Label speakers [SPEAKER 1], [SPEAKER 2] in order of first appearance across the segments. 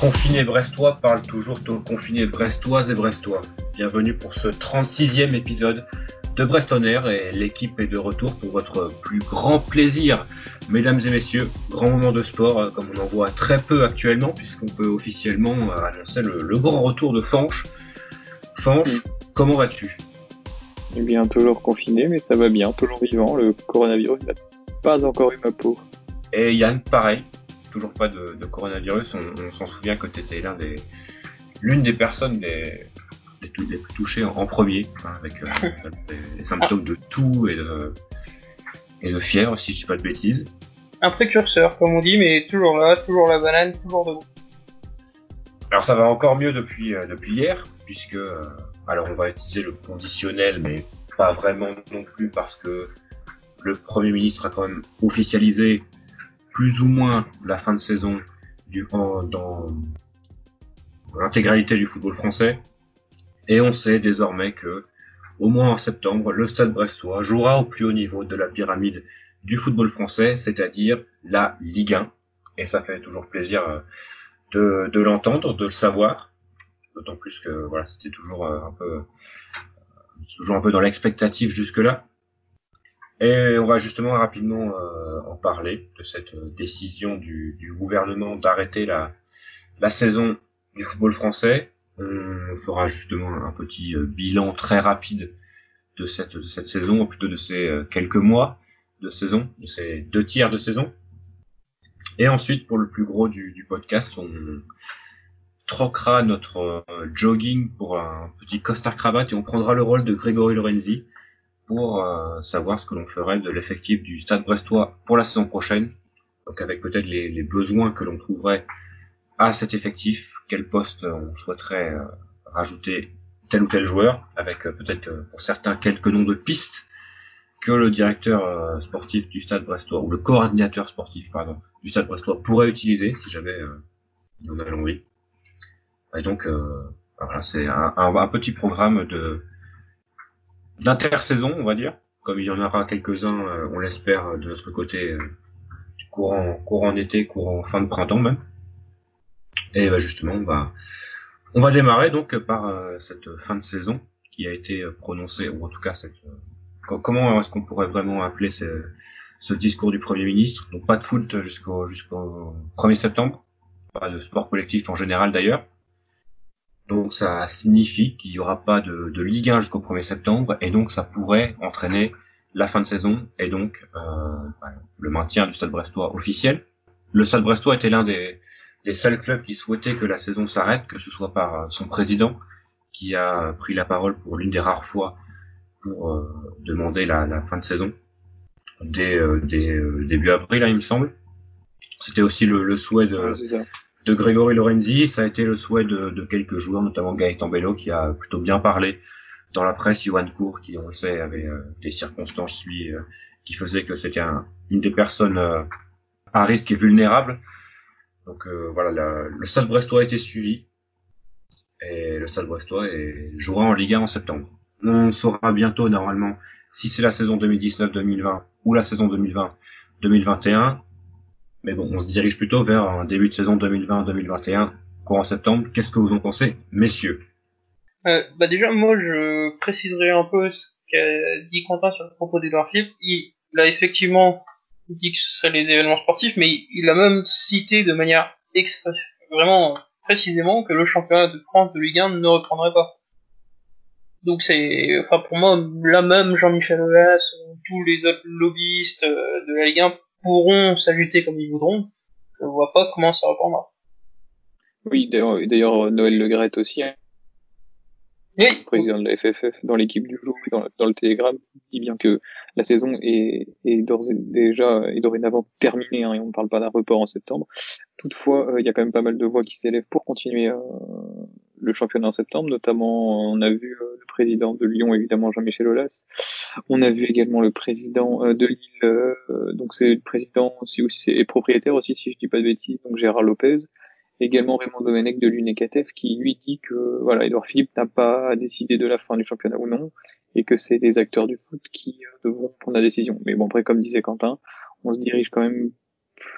[SPEAKER 1] Confinés brestois parlent toujours aux confinés brestoises et brestois. Bienvenue pour ce 36e épisode de Brest On Air et l'équipe est de retour pour votre plus grand plaisir. Mesdames et messieurs, grand moment de sport comme on en voit très peu actuellement puisqu'on peut officiellement annoncer le grand retour de Fanche. Fanche, comment vas-tu ?
[SPEAKER 2] Eh bien, toujours confiné, mais ça va bien, toujours vivant. Le coronavirus n'a pas encore eu ma peau.
[SPEAKER 1] Et Yann, pareil, toujours pas de coronavirus. On s'en souvient que tu étais l'une des personnes les plus touchées en premier, avec les symptômes de toux et de fièvre, si je dis pas de bêtises.
[SPEAKER 3] Un précurseur, comme on dit, mais toujours là, toujours la banane, toujours debout.
[SPEAKER 1] Alors ça va encore mieux depuis hier, puisque alors on va utiliser le conditionnel, mais pas vraiment non plus, parce que le Premier ministre a quand même officialisé plus ou moins la fin de saison dans l'intégralité du football français. Et on sait désormais que, au moins en septembre, le Stade Brestois jouera au plus haut niveau de la pyramide du football français, c'est-à-dire la Ligue 1. Et ça fait toujours plaisir de l'entendre, de le savoir. D'autant plus que voilà, c'était toujours un peu dans l'expectative jusque-là. Et on va justement rapidement en parler de cette décision du gouvernement d'arrêter la saison du football français. On fera justement un petit bilan très rapide de cette saison, ou plutôt de ces quelques mois de saison, de ces 2 tiers de saison. Et ensuite, pour le plus gros du podcast, on troquera notre jogging pour un petit costard-cravate et on prendra le rôle de Grégory Lorenzi pour savoir ce que l'on ferait de l'effectif du Stade Brestois pour la saison prochaine. Donc avec peut-être les besoins que l'on trouverait à cet effectif, quel poste on souhaiterait rajouter tel ou tel joueur, avec peut-être pour certains quelques noms de pistes que le directeur sportif du Stade Brestois, ou le coordinateur sportif, pardon, du Stade Brestois pourrait utiliser si jamais il en a l'envie. Et donc voilà, c'est un petit programme d'intersaison, on va dire, comme il y en aura quelques-uns, on l'espère, de notre côté, courant été, courant fin de printemps même. Et justement, on va démarrer donc par cette fin de saison qui a été prononcée, ou en tout cas comment est-ce qu'on pourrait vraiment appeler ce discours du Premier ministre. Donc pas de foot jusqu'au 1er septembre, pas de sport collectif en général d'ailleurs. Donc ça signifie qu'il n'y aura pas de Ligue 1 jusqu'au 1er septembre, et donc ça pourrait entraîner la fin de saison, et donc le maintien du Stade Brestois officiel. Le Stade Brestois était l'un des seuls clubs qui souhaitaient que la saison s'arrête, que ce soit par son président, qui a pris la parole pour l'une des rares fois pour demander la fin de saison, dès début avril, il me semble. C'était aussi le souhait de Grégory Lorenzi, ça a été le souhait de quelques joueurs, notamment Gaëtan Bello, qui a plutôt bien parlé dans la presse. Johan Cour, qui on le sait avait des circonstances qui faisaient que c'était une des personnes à risque et vulnérable. Donc voilà, le Stade Brestois a été suivi, et le Stade Brestois jouera en Ligue 1 en septembre. On saura bientôt normalement si c'est la saison 2019-2020 ou la saison 2020-2021. Mais bon, on se dirige plutôt vers un début de saison 2020-2021, courant septembre. Qu'est-ce que vous en pensez, messieurs ?
[SPEAKER 3] Déjà, moi, je préciserai un peu ce qu'a dit Quentin sur le propos d'Edouard Philippe. Il a effectivement dit que ce seraient les événements sportifs, mais il a même cité de manière vraiment précisément que le championnat de France de Ligue 1 ne reprendrait pas. Donc pour moi, là même Jean-Michel Aulas, tous les autres lobbyistes de la Ligue 1 pourront s'ajouter comme ils voudront. Je vois pas comment ça reprendra.
[SPEAKER 2] Oui, d'ailleurs Noël Le Graët aussi,
[SPEAKER 3] Oui.
[SPEAKER 2] Le président de la FFF, dans l'équipe du jour, dans le télégramme, dit bien que la saison est d'ores et déjà et dorénavant terminée, et on ne parle pas d'un report en septembre. Toutefois, il y a quand même pas mal de voix qui s'élèvent pour continuer le championnat en septembre, notamment on a vu le président de Lyon, évidemment Jean-Michel Aulas. On a vu également le président de Lille, donc c'est le président aussi et propriétaire aussi, si je dis pas de bêtises, donc Gérard Lopez. Également Raymond Domenech de l'UNECATEF qui lui dit que voilà, Édouard Philippe n'a pas décidé de la fin du championnat ou non, et que c'est les acteurs du foot qui devront prendre la décision. Mais bon, après, comme disait Quentin, on se dirige quand même plus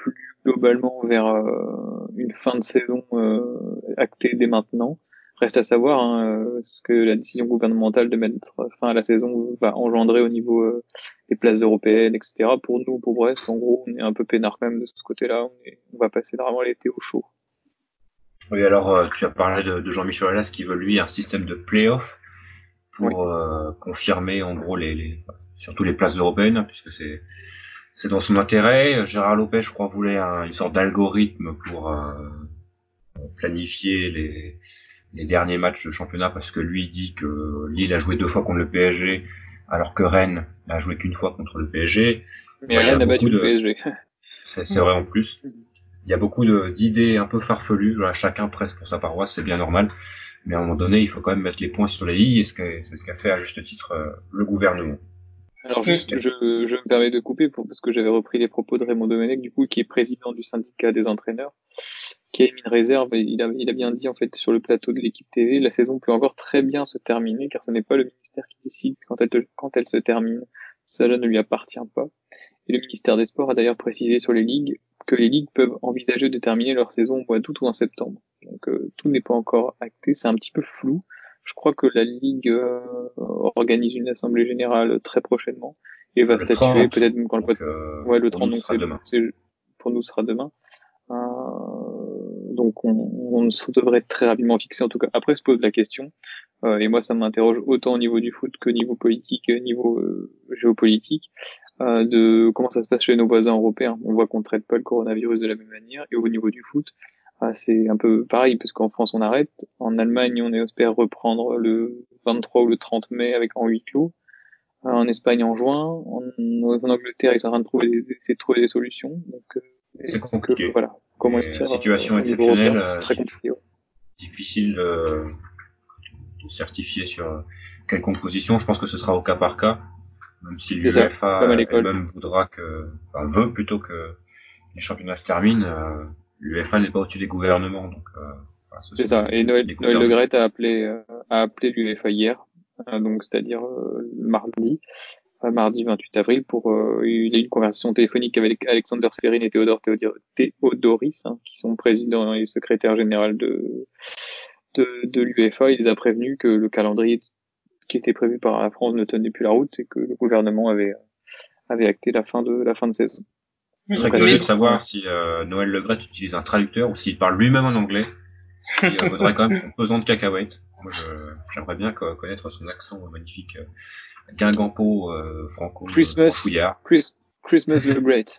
[SPEAKER 2] globalement vers une fin de saison actée dès maintenant. Reste à savoir ce que la décision gouvernementale de mettre fin à la saison va engendrer au niveau des places européennes, etc. Pour nous, pour Brest, en gros, on est un peu peinard quand même de ce côté-là. On va passer vraiment l'été au chaud.
[SPEAKER 1] Oui, alors tu as parlé de Jean-Michel Aulas qui veut lui un système de play-off pour confirmer en gros surtout les places européennes, puisque c'est dans son intérêt. Gérard Lopez, je crois, voulait une sorte d'algorithme pour planifier les derniers matchs de championnat, parce que lui dit que Lille a joué 2 fois contre le PSG, alors que Rennes n'a joué qu'une fois contre le PSG.
[SPEAKER 2] Mais Rennes a battu le PSG.
[SPEAKER 1] C'est vrai en plus. Il y a beaucoup d'idées un peu farfelues, voilà, chacun presse pour sa paroisse, c'est bien normal. Mais à un moment donné, il faut quand même mettre les points sur les i, et c'est ce qu'a fait à juste titre le gouvernement.
[SPEAKER 2] Alors juste, je me permets de couper parce que j'avais repris les propos de Raymond Domenech, du coup, qui est président du syndicat des entraîneurs, qui a émis une réserve, et il a bien dit, en fait, sur le plateau de l'équipe TV, la saison peut encore très bien se terminer, car ce n'est pas le ministère qui décide quand elle se termine. Cela ne lui appartient pas. Et le ministère des Sports a d'ailleurs précisé sur les ligues que les ligues peuvent envisager de terminer leur saison au mois d'août ou en septembre. Donc tout n'est pas encore acté, c'est un petit peu flou. Je crois que la Ligue organise une assemblée générale très prochainement et va statuer peut-être même quand le 30, donc pour nous ce sera demain. Donc on devrait être très rapidement fixé en tout cas. Après se pose la question, et moi ça m'interroge autant au niveau du foot que niveau politique, niveau géopolitique, de comment ça se passe chez nos voisins européens. On voit qu'on ne traite pas le coronavirus de la même manière, et au niveau du foot, c'est un peu pareil, parce qu'en France on arrête, en Allemagne on espère reprendre le 23 ou le 30 mai en huis clos, en Espagne en juin, en Angleterre ils sont en train de trouver des solutions, donc
[SPEAKER 1] c'est compliqué.
[SPEAKER 2] Voilà. Comment dire,
[SPEAKER 1] situation exceptionnelle,
[SPEAKER 2] c'est très compliqué. Ouais.
[SPEAKER 1] Difficile de certifier sur quelle composition. Je pense que ce sera au cas par cas, même si l'UEFA elle-même veut plutôt que les championnats se terminent. L'UEFA n'est pas au-dessus des gouvernements, donc voilà,
[SPEAKER 2] c'est ça. Et Noël Le Graët a appelé l'UEFA hier, donc c'est-à-dire mardi 28 avril, il a eu une conversation téléphonique avec Alexander Seferin et Théodore Théodoris, qui sont présidents et secrétaires généraux de l'UEFA. Il les a prévenus que le calendrier qui était prévu par la France ne tenait plus la route et que le gouvernement avait acté la fin de saison.
[SPEAKER 1] Je serais curieux de savoir si Noël Le Graët utilise un traducteur ou s'il parle lui-même en anglais, qui vaudrait quand même son pesant de cacahuètes. Moi, j'aimerais bien connaître son accent magnifique, guingampo, franco, franchouillard.
[SPEAKER 2] Christmas Le Graët.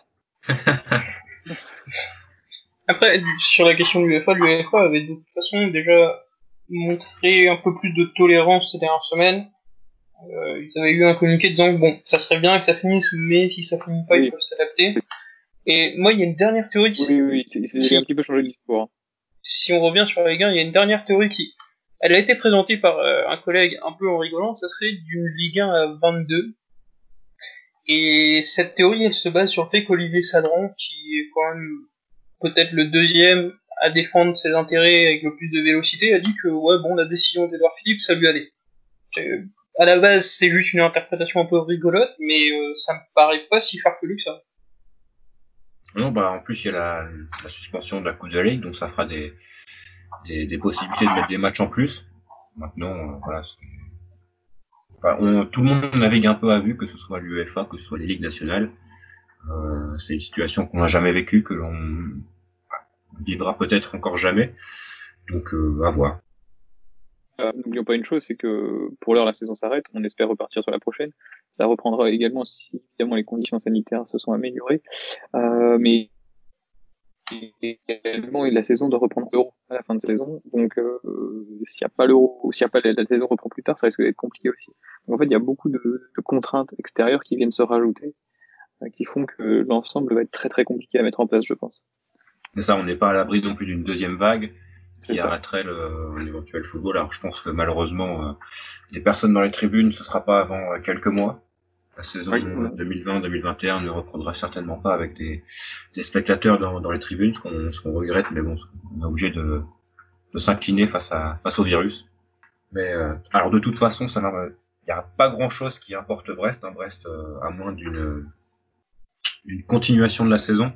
[SPEAKER 3] Après, sur la question de l'UEFA avait de toute façon déjà montré un peu plus de tolérance ces dernières semaines. Ils avaient eu un communiqué disant que bon, ça serait bien que ça finisse, mais si ça finit pas, ils peuvent s'adapter. Et moi, il y a une dernière théorie
[SPEAKER 2] qui a un petit peu changé le discours.
[SPEAKER 3] Si on revient sur la Ligue 1, il y a une dernière théorie elle a été présentée par un collègue un peu en rigolant, ça serait d'une Ligue 1 à 22. Et cette théorie, elle se base sur le fait qu'Olivier Sadran, qui est quand même peut-être le deuxième à défendre ses intérêts avec le plus de vélocité, a dit que la décision d'Edouard Philippe, ça lui allait. À la base, c'est juste une interprétation un peu rigolote, mais ça me paraît pas si farfelu que ça.
[SPEAKER 1] Non, en plus, il y a la suspension de la Coupe de la Ligue, donc ça fera des possibilités de mettre des matchs en plus. Maintenant, voilà. Tout le monde navigue un peu à vue, que ce soit l'UEFA, que ce soit les ligues nationales. C'est une situation qu'on n'a jamais vécue, que l'on vivra peut-être encore jamais. Donc, à voir.
[SPEAKER 2] N'oublions pas une chose, c'est que pour l'heure la saison s'arrête, on espère repartir sur la prochaine. Ça reprendra également si évidemment les conditions sanitaires se sont améliorées. Mais également la saison doit reprendre l'Euro à la fin de saison. Donc s'il n'y a pas l'Euro, ou s'il n'y a pas la saison reprend plus tard, ça risque d'être compliqué aussi. Donc en fait, il y a beaucoup de contraintes extérieures qui viennent se rajouter, qui font que l'ensemble va être très très compliqué à mettre en place, je pense.
[SPEAKER 1] Mais ça, on n'est pas à l'abri non plus d'une deuxième vague qui arrêterait l'éventuel football. Alors je pense que malheureusement, les personnes dans les tribunes, ce sera pas avant quelques mois. La saison 2020-2021 ne reprendra certainement pas avec des spectateurs dans les tribunes, ce qu'on regrette, mais bon, on est obligé de s'incliner face au virus. Mais alors de toute façon, il n'y a pas grand-chose qui importe Brest. Brest, à moins d'une continuation de la saison,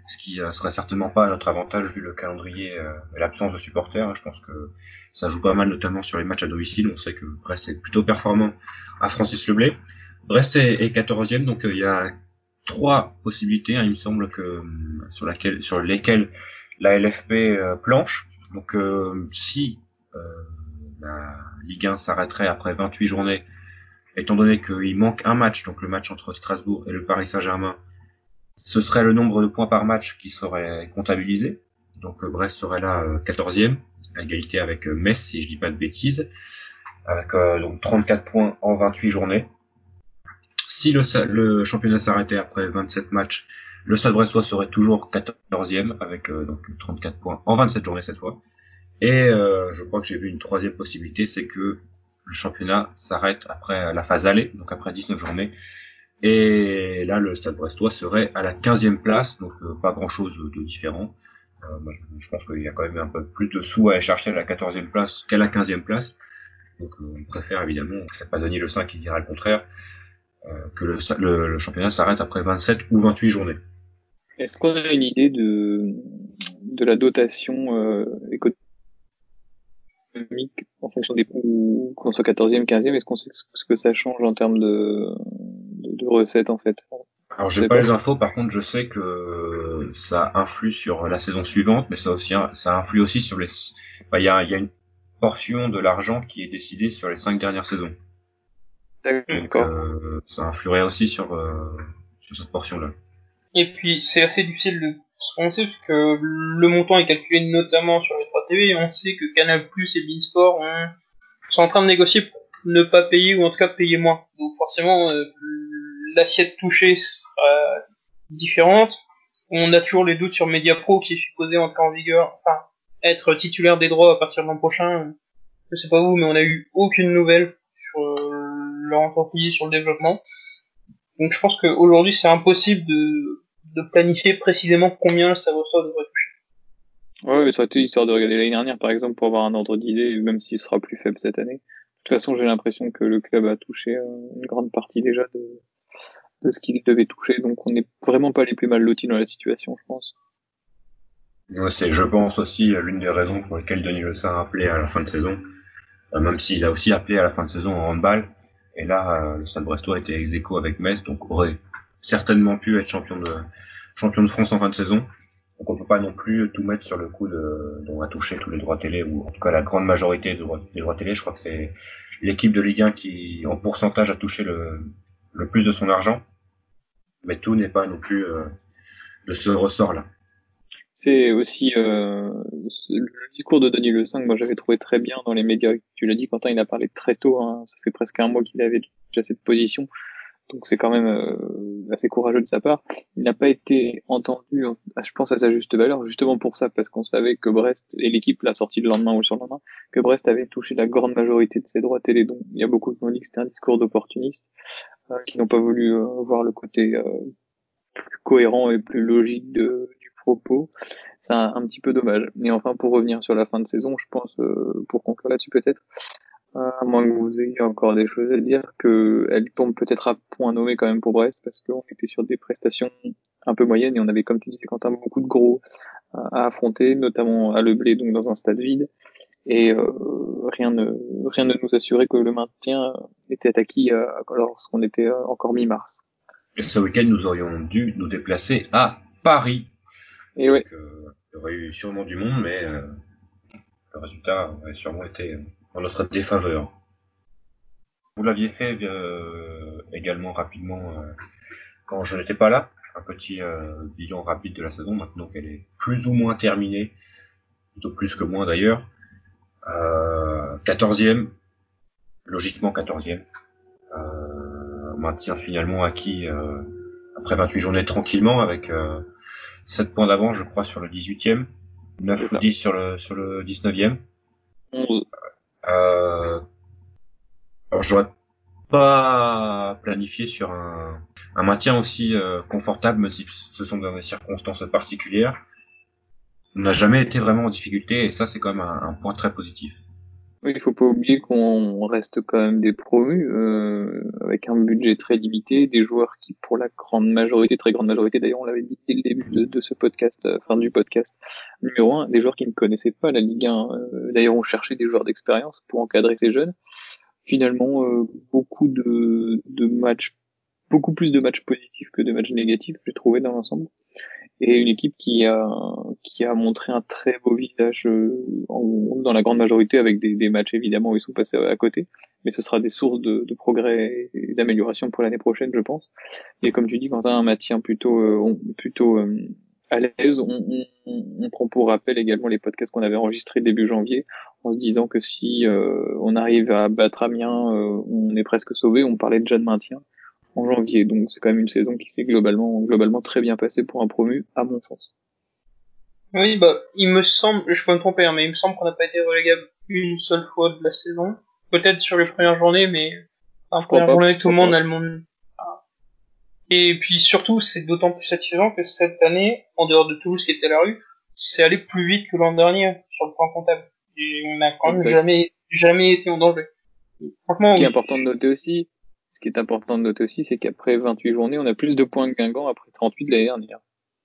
[SPEAKER 1] ce qui serait certainement pas à notre avantage vu le calendrier et l'absence de supporters. Je pense que ça joue pas mal, notamment sur les matchs à domicile. On sait que Brest est plutôt performant à Francis-Leblay. Brest est 14e, donc il y a 3 possibilités, il me semble que sur lesquelles la LFP planche. Donc si la Ligue 1 s'arrêterait après 28 journées, étant donné qu'il manque un match, donc le match entre Strasbourg et le Paris Saint-Germain, ce serait le nombre de points par match qui serait comptabilisé. Donc Brest serait là 14e, à égalité avec Metz, si je dis pas de bêtises, avec donc 34 points en 28 journées. Si le championnat s'arrêtait après 27 matchs, le Stade Brestois serait toujours 14e avec donc 34 points en 27 journées cette fois. Et je crois que j'ai vu une troisième possibilité, c'est que le championnat s'arrête après la phase aller, donc après 19 journées. Et là, le Stade Brestois serait à la 15e place, donc pas grand-chose de différent. Moi, je pense qu'il y a quand même un peu plus de sous à aller chercher à la 14e place qu'à la 15e place. Donc on préfère évidemment, c'est pas Denis Le Saint qui dira le contraire, que le championnat s'arrête après 27 ou 28 journées.
[SPEAKER 2] Est-ce qu'on a une idée de la dotation économique en fonction des coups, qu'on soit 14e, 15e, est-ce qu'on sait ce que ça change en termes de recettes en fait?
[SPEAKER 1] Alors j'ai pas les infos, par contre je sais que ça influe sur la saison suivante, mais ça influe aussi sur les. Enfin, il y a une portion de l'argent qui est décidée sur les 5 dernières saisons. Donc
[SPEAKER 2] D'accord.
[SPEAKER 1] ça influerait aussi sur cette portion-là.
[SPEAKER 3] Et puis c'est assez difficile de se prononcer parce que le montant est calculé notamment sur les 3 TV et on sait que Canal+ et Beansport sont en train de négocier pour ne pas payer ou en tout cas payer moins. Donc forcément l'assiette touchée sera différente. On a toujours les doutes sur Mediapro qui est supposé entrer en vigueur, enfin être titulaire des droits à partir de l'an prochain. Je sais pas vous, mais on a eu aucune nouvelle sur leur entreprise, sur le développement. Donc je pense qu'aujourd'hui c'est impossible de planifier précisément combien le Stade Brestois devrait toucher.
[SPEAKER 2] Ouais, mais ça aurait été histoire de regarder l'année dernière, par exemple, pour avoir un ordre d'idée, même s'il sera plus faible cette année. De toute façon, j'ai l'impression que le club a touché une grande partie déjà de ce qu'il devait toucher, donc on n'est vraiment pas les plus mal lotis dans la situation, je pense.
[SPEAKER 1] Ouais, c'est, je pense aussi l'une des raisons pour lesquelles Denis Le Saint a appelé à la fin de saison, même s'il a aussi appelé à la fin de saison en handball. Et là, le Stade Brestois était ex aequo avec Metz, donc aurait certainement pu être champion de France en fin de saison. Donc on peut pas non plus tout mettre sur le coup dont on a touché tous les droits télé, ou en tout cas la grande majorité des droits télé. Je crois que c'est l'équipe de Ligue 1 qui, en pourcentage, a touché le plus de son argent. Mais tout n'est pas non plus de ce ressort-là.
[SPEAKER 2] C'est aussi le discours de Denis Le 5, moi j'avais trouvé très bien dans les médias. Tu l'as dit, Quentin, il a parlé très tôt, hein, ça fait presque un mois qu'il avait déjà cette position. Donc c'est quand même assez courageux de sa part. Il n'a pas été entendu, je pense, à sa juste valeur, justement pour ça, parce qu'on savait que Brest, et l'équipe l'a sorti le lendemain ou le surlendemain, que Brest avait touché la grande majorité de ses droits télé. Donc il y a beaucoup qui m'ont dit que c'était un discours d'opportuniste, qui n'ont pas voulu voir le côté plus cohérent et plus logique du propos. C'est un petit peu dommage. Mais enfin, pour revenir sur la fin de saison, je pense, pour conclure là-dessus peut-être, à moins que vous ayez encore des choses à dire, qu'elle tombe peut-être à point nommé quand même pour Brest, parce qu'on était sur des prestations un peu moyennes et on avait, comme tu disais Quentin, beaucoup de gros à affronter, notamment à Le Blé, donc dans un stade vide. Et rien ne nous assurait que le maintien était acquis lorsqu'on était encore mi-mars.
[SPEAKER 1] Et ce week-end, nous aurions dû nous déplacer à Paris.
[SPEAKER 2] Et ouais.
[SPEAKER 1] Donc, il y aurait eu sûrement du monde, mais le résultat aurait sûrement été en notre défaveur. Vous l'aviez fait également rapidement quand je n'étais pas là. Un petit bilan rapide de la saison, maintenant qu'elle est plus ou moins terminée, plutôt plus que moins d'ailleurs. 14e, logiquement 14e. Maintien finalement acquis après 28 journées tranquillement avec 7 points d'avance je crois sur le 18e, 9 ou 10 sur le 19e. Alors j'aurais pas planifié sur un maintien aussi confortable, même si ce sont dans des circonstances particulières. On n'a jamais été vraiment en difficulté et ça c'est quand même un point très positif.
[SPEAKER 2] Oui, il faut pas oublier qu'on reste quand même des promus, avec un budget très limité, des joueurs qui, pour la grande majorité, très grande majorité, d'ailleurs, on l'avait dit dès le début de ce podcast, fin du podcast numéro 1, des joueurs qui ne connaissaient pas la Ligue 1. D'ailleurs, on cherchait des joueurs d'expérience pour encadrer ces jeunes. Finalement, de matchs, beaucoup plus de matchs positifs que de matchs négatifs, j'ai trouvé dans l'ensemble. Et une équipe qui a montré un très beau visage dans la grande majorité, avec des matchs évidemment où ils sont passés à côté, mais ce sera des sources de progrès et d'amélioration pour l'année prochaine, je pense. Et comme tu dis, Quentin, un maintien plutôt à l'aise. On prend pour rappel également les podcasts qu'on avait enregistrés début janvier, en se disant que si on arrive à battre Amiens, on est presque sauvé. On parlait déjà de maintien en janvier. Donc c'est quand même une saison qui s'est globalement très bien passée pour un promu, à mon sens.
[SPEAKER 3] Oui, bah, il me semble, je peux me tromper, hein, mais il me semble qu'on n'a pas été relégable une seule fois de la saison. Peut-être sur les premières journées, mais en première journée, tout le monde a le monde. Et puis surtout, c'est d'autant plus satisfaisant que cette année, en dehors de Toulouse qui était à la rue, c'est allé plus vite que l'an dernier sur le plan comptable. Et on n'a quand même jamais été en danger. Franchement,
[SPEAKER 2] Ce qui est
[SPEAKER 3] oui.
[SPEAKER 2] important de noter aussi, c'est qu'après 28 journées, on a plus de points que Guingamp après 38 de l'année dernière.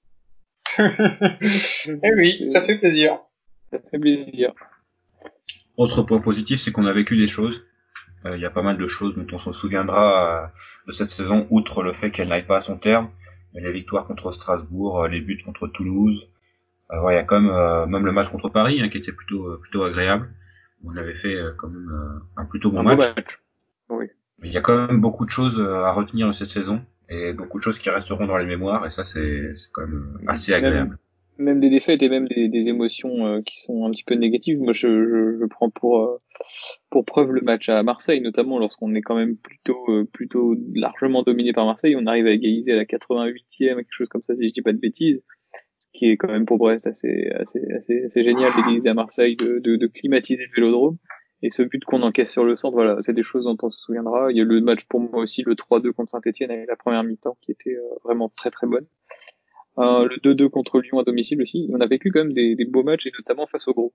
[SPEAKER 1] Eh
[SPEAKER 3] oui, ça fait plaisir.
[SPEAKER 2] Ça fait plaisir.
[SPEAKER 1] Autre point positif, c'est qu'on a vécu des choses. Il y a pas mal de choses dont on se souviendra de cette saison, outre le fait qu'elle n'aille pas à son terme. Les victoires contre Strasbourg, les buts contre Toulouse. Il y a quand même le match contre Paris, hein, qui était plutôt agréable. On avait fait quand même un plutôt bon match.
[SPEAKER 2] Beau match. Oui.
[SPEAKER 1] Mais il y a quand même beaucoup de choses à retenir de cette saison et beaucoup de choses qui resteront dans les mémoires, et ça c'est quand même assez agréable.
[SPEAKER 2] Même des défaites et même des émotions qui sont un petit peu négatives. Moi, je prends pour preuve le match à Marseille, notamment lorsqu'on est quand même plutôt largement dominé par Marseille. On arrive à égaliser à la 88e, quelque chose comme ça, si je dis pas de bêtises. Ce qui est quand même pour Brest assez génial d'égaliser à Marseille, de climatiser le Vélodrome. Et ce but qu'on encaisse sur le centre, voilà, c'est des choses dont on se souviendra. Il y a le match pour moi aussi, le 3-2 contre Saint-Etienne avec la première mi-temps qui était vraiment très très bonne. Le 2-2 contre Lyon à domicile aussi. On a vécu quand même des beaux matchs, et notamment face au gros.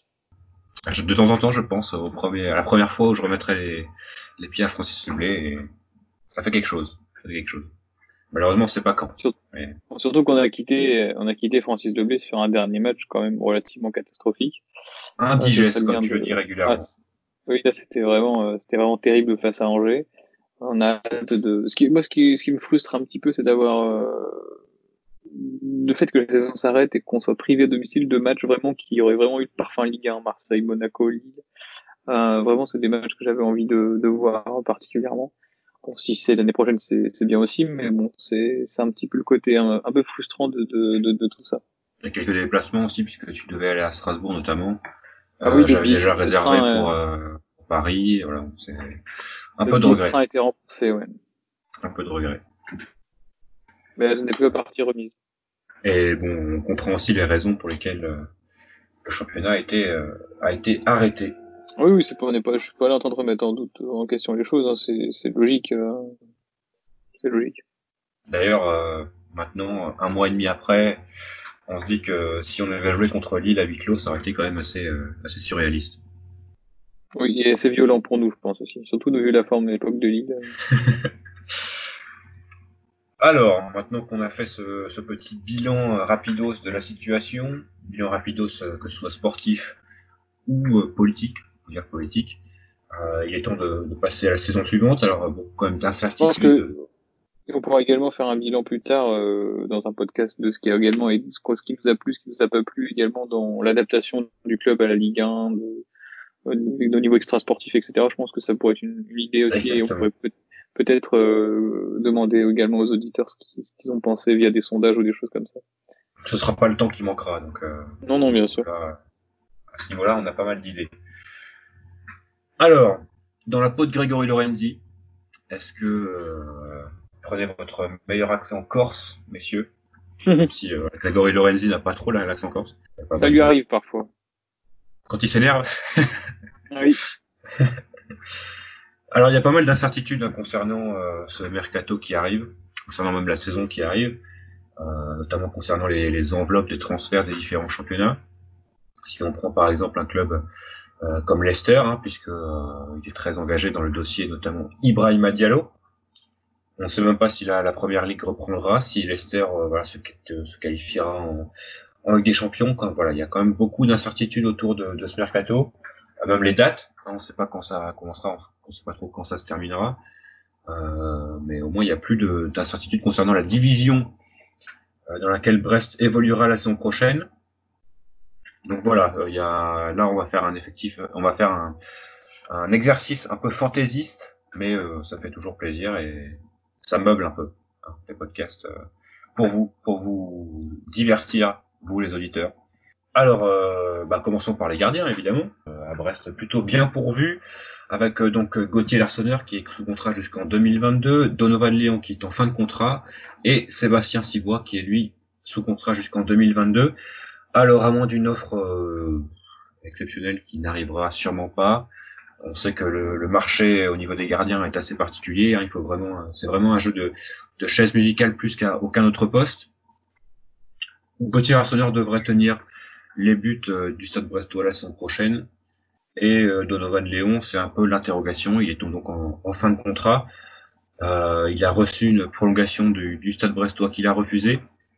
[SPEAKER 1] De temps en temps, je pense à la première fois où je remettrai les pieds à Francis Leblé, et ça fait quelque chose. Malheureusement, c'est pas quand.
[SPEAKER 2] Surtout qu'on a quitté Francis Leblé sur un dernier match quand même relativement catastrophique.
[SPEAKER 1] Indigeste, comme tu le dis régulièrement.
[SPEAKER 2] Oui, là c'était vraiment terrible face à Angers. On a hâte de. Ce qui me frustre un petit peu, c'est d'avoir le fait que la saison s'arrête et qu'on soit privé à domicile de matchs vraiment qui auraient vraiment eu le parfum Ligue 1, Marseille, Monaco, Lille. Vraiment, c'est des matchs que j'avais envie de voir particulièrement. Bon, si c'est l'année prochaine, c'est bien aussi, mais bon, c'est un petit peu le côté un peu frustrant de tout ça.
[SPEAKER 1] Il y a quelques déplacements aussi, puisque tu devais aller à Strasbourg notamment.
[SPEAKER 2] Oui,
[SPEAKER 1] J'avais déjà réservé pour Paris. Voilà, c'est un peu de regret.
[SPEAKER 2] Le train a été remboursé, ouais.
[SPEAKER 1] Un peu de regret.
[SPEAKER 2] Mais ce n'est plus à partie remise.
[SPEAKER 1] Et bon, on comprend aussi les raisons pour lesquelles le championnat a été arrêté.
[SPEAKER 2] Oui, je suis pas là en train de remettre en question les choses, hein, c'est logique, c'est logique.
[SPEAKER 1] D'ailleurs, maintenant, un mois et demi après, on se dit que si on avait joué contre Lille à huis clos, ça aurait été quand même assez surréaliste.
[SPEAKER 2] Oui, et c'est violent pour nous, je pense aussi. Surtout vu la forme de l'époque de Lille.
[SPEAKER 1] Alors, maintenant qu'on a fait ce petit bilan rapidos de la situation, bilan rapidos que ce soit sportif ou politique, on va dire politique, il est temps de passer à la saison suivante. Alors, bon, quand même
[SPEAKER 2] Je pense
[SPEAKER 1] d'incertitude.
[SPEAKER 2] on pourra également faire un bilan plus tard dans un podcast de ce qui a également ce qui nous a plu, ce qui nous a pas plu également dans l'adaptation du club à la Ligue 1, au niveau extra-sportif, etc. Je pense que ça pourrait être une idée aussi.
[SPEAKER 1] Exactement.
[SPEAKER 2] Et on pourrait peut-être demander également aux auditeurs ce qu'ils ont pensé via des sondages ou des choses comme ça.
[SPEAKER 1] Ce sera pas le temps qui manquera, donc
[SPEAKER 2] Non, bien sûr.
[SPEAKER 1] Là, à ce niveau-là, on a pas mal d'idées. Alors, dans la peau de Grégory Lorenzi, est-ce que prenez votre meilleur accent corse, messieurs, même si Grégory Lorenzi n'a pas trop l'accent corse.
[SPEAKER 2] Ça lui arrive parfois.
[SPEAKER 1] Quand il s'énerve.
[SPEAKER 2] Oui.
[SPEAKER 1] Alors, il y a pas mal d'incertitudes concernant ce mercato qui arrive, concernant même la saison qui arrive, notamment concernant les enveloppes des transferts des différents championnats. Si on prend par exemple un club comme Leicester, hein, puisque il est très engagé dans le dossier, notamment Ibrahima Diallo. On ne sait même pas si la première ligue reprendra, si Leicester se qualifiera en Ligue des Champions. Voilà, il y a quand même beaucoup d'incertitudes autour de ce mercato, même les dates. Hein, on ne sait pas quand ça commencera, on ne sait pas trop quand ça se terminera. Mais au moins il y a plus d'incertitudes concernant la division dans laquelle Brest évoluera la saison prochaine. Donc voilà, là on va faire un exercice un peu fantaisiste, mais ça fait toujours plaisir et ça meuble un peu, hein, les podcasts pour vous divertir, vous les auditeurs. Alors, commençons par les gardiens, évidemment. À Brest, plutôt bien pourvu, avec donc Gauthier Larsonneur qui est sous contrat jusqu'en 2022, Donovan Léon qui est en fin de contrat, et Sébastien Cibois qui est lui sous contrat jusqu'en 2022. Alors, à moins d'une offre exceptionnelle qui n'arrivera sûrement pas, on sait que le marché au niveau des gardiens est assez particulier. Hein, c'est vraiment un jeu de chaise musicale plus qu'à aucun autre poste. Gauthier Larsonneur devrait tenir les buts du Stade Brestois la saison prochaine. Et Donovan Léon, c'est un peu l'interrogation. Il est donc en fin de contrat. Il a reçu une prolongation du Stade Brestois qu'il a refusé.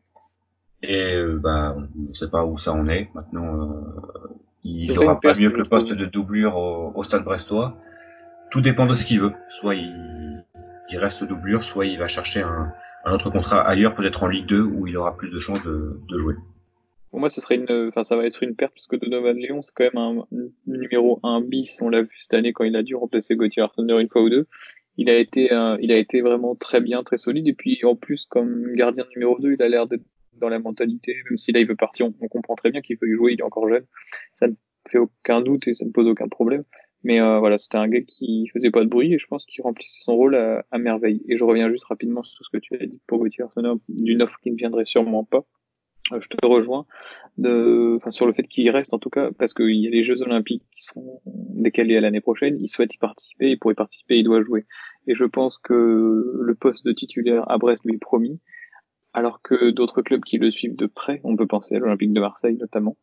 [SPEAKER 1] Et on ne sait pas où ça en est. Maintenant, il n'aura pas mieux que le poste de doublure au Stade Brestois. Tout dépend de ce qu'il veut. Soit il reste doublure, soit il va chercher un autre contrat ailleurs, peut-être en Ligue 2, où il aura plus de chances de jouer.
[SPEAKER 2] Pour moi, ça va être une perte parce que Donovan Léon, c'est quand même un numéro 1 bis. On l'a vu cette année quand il a dû remplacer Gauthier Larsonneur une fois ou deux. Il a été vraiment très bien, très solide. Et puis, en plus, comme gardien numéro 2, il a l'air d'être dans la mentalité, même si là, il veut partir, on comprend très bien qu'il veut y jouer, il est encore jeune. Ça ne fait aucun doute et ça ne pose aucun problème. Mais voilà, c'était un gars qui faisait pas de bruit et je pense qu'il remplissait son rôle à merveille. Et je reviens juste rapidement sur ce que tu as dit pour Gauthier Larsonneur, d'une offre qui ne viendrait sûrement pas. Je te rejoins sur le fait qu'il reste en tout cas parce qu'il y a les Jeux Olympiques qui seront décalés à l'année prochaine. Il souhaite y participer et pour y participer, il doit jouer. Et je pense que le poste de titulaire à Brest lui est promis, alors que d'autres clubs qui le suivent de près, on peut penser à l'Olympique de Marseille notamment,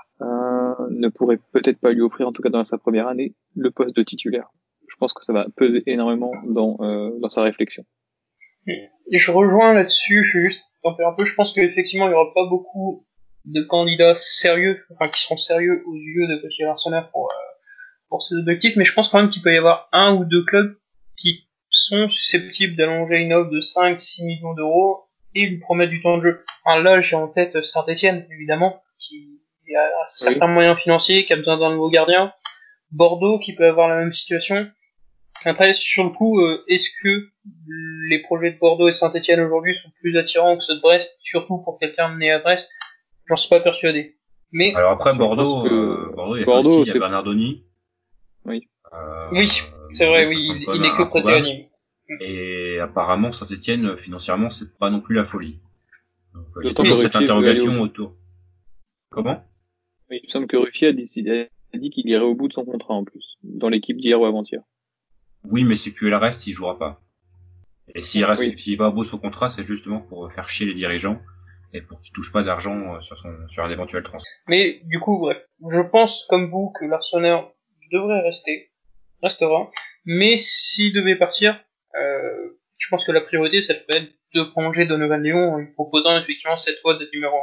[SPEAKER 2] ne pourraient peut-être pas lui offrir, en tout cas dans sa première année, le poste de titulaire. Je pense que ça va peser énormément dans sa réflexion.
[SPEAKER 3] Et je rejoins là-dessus, je vais juste camper un peu. Je pense qu'effectivement, il n'y aura pas beaucoup de candidats sérieux, enfin qui seront sérieux aux yeux de Gauthier Larsonneur pour ses objectifs, mais je pense quand même qu'il peut y avoir un ou deux clubs qui sont susceptibles d'allonger une offre de 5-6 millions d'euros et lui promettre du temps de jeu. Alors là, j'ai en tête Saint-Etienne, évidemment, qui a certains moyens financiers, qui a besoin d'un nouveau gardien. Bordeaux, qui peut avoir la même situation. Après, sur le coup, est-ce que les projets de Bordeaux et Saint-Etienne aujourd'hui sont plus attirants que ceux de Brest, surtout pour quelqu'un né à Brest? J'en suis pas persuadé. Mais
[SPEAKER 1] alors après Bordeaux, il y a Costi, il y a Bernardoni.
[SPEAKER 3] Oui. Oui, c'est vrai, oui, il n'est que prêté à Nîmes.
[SPEAKER 1] Et apparemment Saint-Etienne financièrement c'est pas non plus la folie. Donc il y a
[SPEAKER 2] D'autant
[SPEAKER 1] toujours
[SPEAKER 2] que
[SPEAKER 1] cette
[SPEAKER 2] Ruffier veut aller
[SPEAKER 1] interrogation autour. Comment?
[SPEAKER 2] Oui, il me semble que Ruffier a dit qu'il irait au bout de son contrat en plus, dans l'équipe d'hier ou avant-hier.
[SPEAKER 1] Oui, mais si Puel reste, il jouera pas. Et s'il
[SPEAKER 2] Oui.
[SPEAKER 1] s'il va au bout de son contrat, c'est justement pour faire chier les dirigeants et pour qu'ils touchent pas d'argent sur un éventuel transfert.
[SPEAKER 3] Mais du coup, bref, je pense comme vous que Larsonneur devrait restera. Mais s'il devait partir, je pense que la priorité, ça peut être de prolonger Donovan Léon en lui proposant effectivement cette fois d'être numéro 1.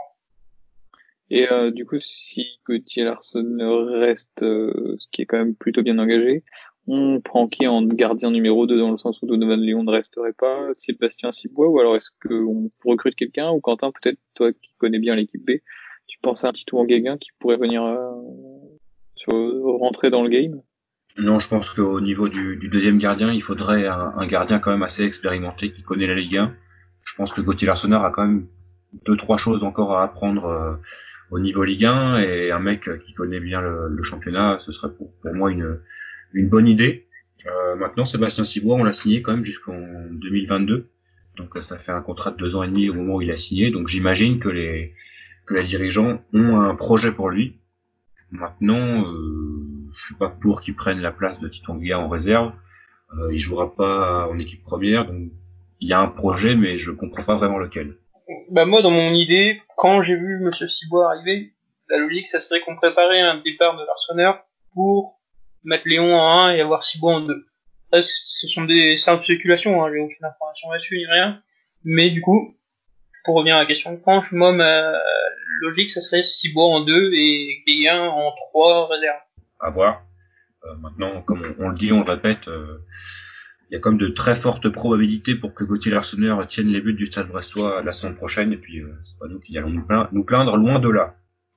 [SPEAKER 2] Et du coup, si Gauthier Larsonneur reste, ce qui est quand même plutôt bien engagé, on prend qui en gardien numéro 2 dans le sens où Donovan Léon ne resterait pas, Sébastien Cibois, ou alors est-ce qu'on recrute quelqu'un, ou Quentin, peut-être toi qui connais bien l'équipe B, tu penses à un Tito Guéguin qui pourrait venir rentrer dans le game?
[SPEAKER 1] Non, je pense qu'au niveau du deuxième gardien, il faudrait un gardien quand même assez expérimenté qui connaît la Ligue 1. Je pense que Gauthier Larsonneur a quand même 2-3 choses encore à apprendre au niveau Ligue 1 et un mec qui connaît bien le championnat, ce serait pour moi une bonne idée. Maintenant, Sébastien Cibois, on l'a signé quand même jusqu'en 2022. Donc ça fait un contrat de 2 ans et demi au moment où il a signé. Donc j'imagine que les dirigeants ont un projet pour lui. Maintenant, je suis pas pour qu'il prenne la place de Titonguia en réserve. Il jouera pas en équipe première, donc il y a un projet, mais je comprends pas vraiment lequel.
[SPEAKER 3] Bah moi, dans mon idée, quand j'ai vu Monsieur Cibois arriver, la logique, ça serait qu'on préparait un départ de Larsonneur pour mettre Léon en 1 et avoir Cibo en 2. Après, ce sont des simples spéculations, j'ai aucune information là-dessus ni rien. Mais du coup, pour revenir à la question de Franche, moi, ma logique, ça serait Cibo en 2 et Guéguin en 3 réserve.
[SPEAKER 1] À voir. Maintenant, comme on le dit, on le répète, il y a comme de très fortes probabilités pour que Gauthier Larsonneur tienne les buts du Stade Brestois la semaine prochaine, et puis c'est pas nous qui allons nous plaindre, loin de là.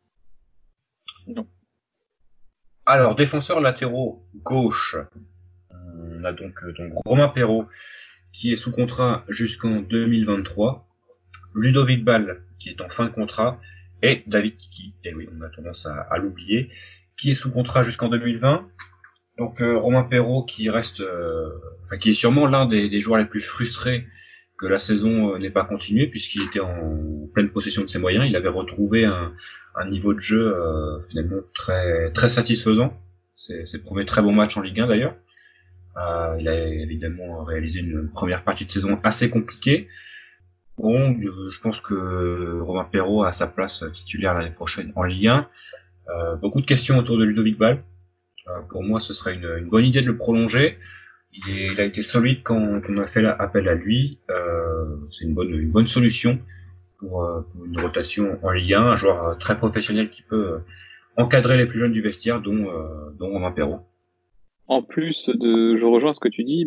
[SPEAKER 2] Non.
[SPEAKER 1] Alors, défenseurs latéraux gauche, on a donc Romain Perrault, qui est sous contrat jusqu'en 2023, Ludovic Ball, qui est en fin de contrat, et David Kiki, et oui, on a tendance à l'oublier, qui est sous contrat jusqu'en 2020. Donc Romain Perrault qui reste, qui est sûrement l'un des joueurs les plus frustrés que la saison n'ait pas continué, puisqu'il était en pleine possession de ses moyens. Il avait retrouvé un niveau de jeu finalement très très satisfaisant. Ses premiers très bons matchs en Ligue 1 d'ailleurs. Il a évidemment réalisé une première partie de saison assez compliquée. Bon, je pense que Romain Perrault a sa place titulaire l'année prochaine en Ligue 1. Beaucoup de questions autour de Ludovic Ball. Pour moi, ce serait une bonne idée de le prolonger. Il a été solide quand on a fait appel à lui. C'est une bonne solution pour une rotation en Ligue 1. Un joueur très professionnel qui peut encadrer les plus jeunes du vestiaire, dont Romain Perrault.
[SPEAKER 2] En plus je rejoins ce que tu dis,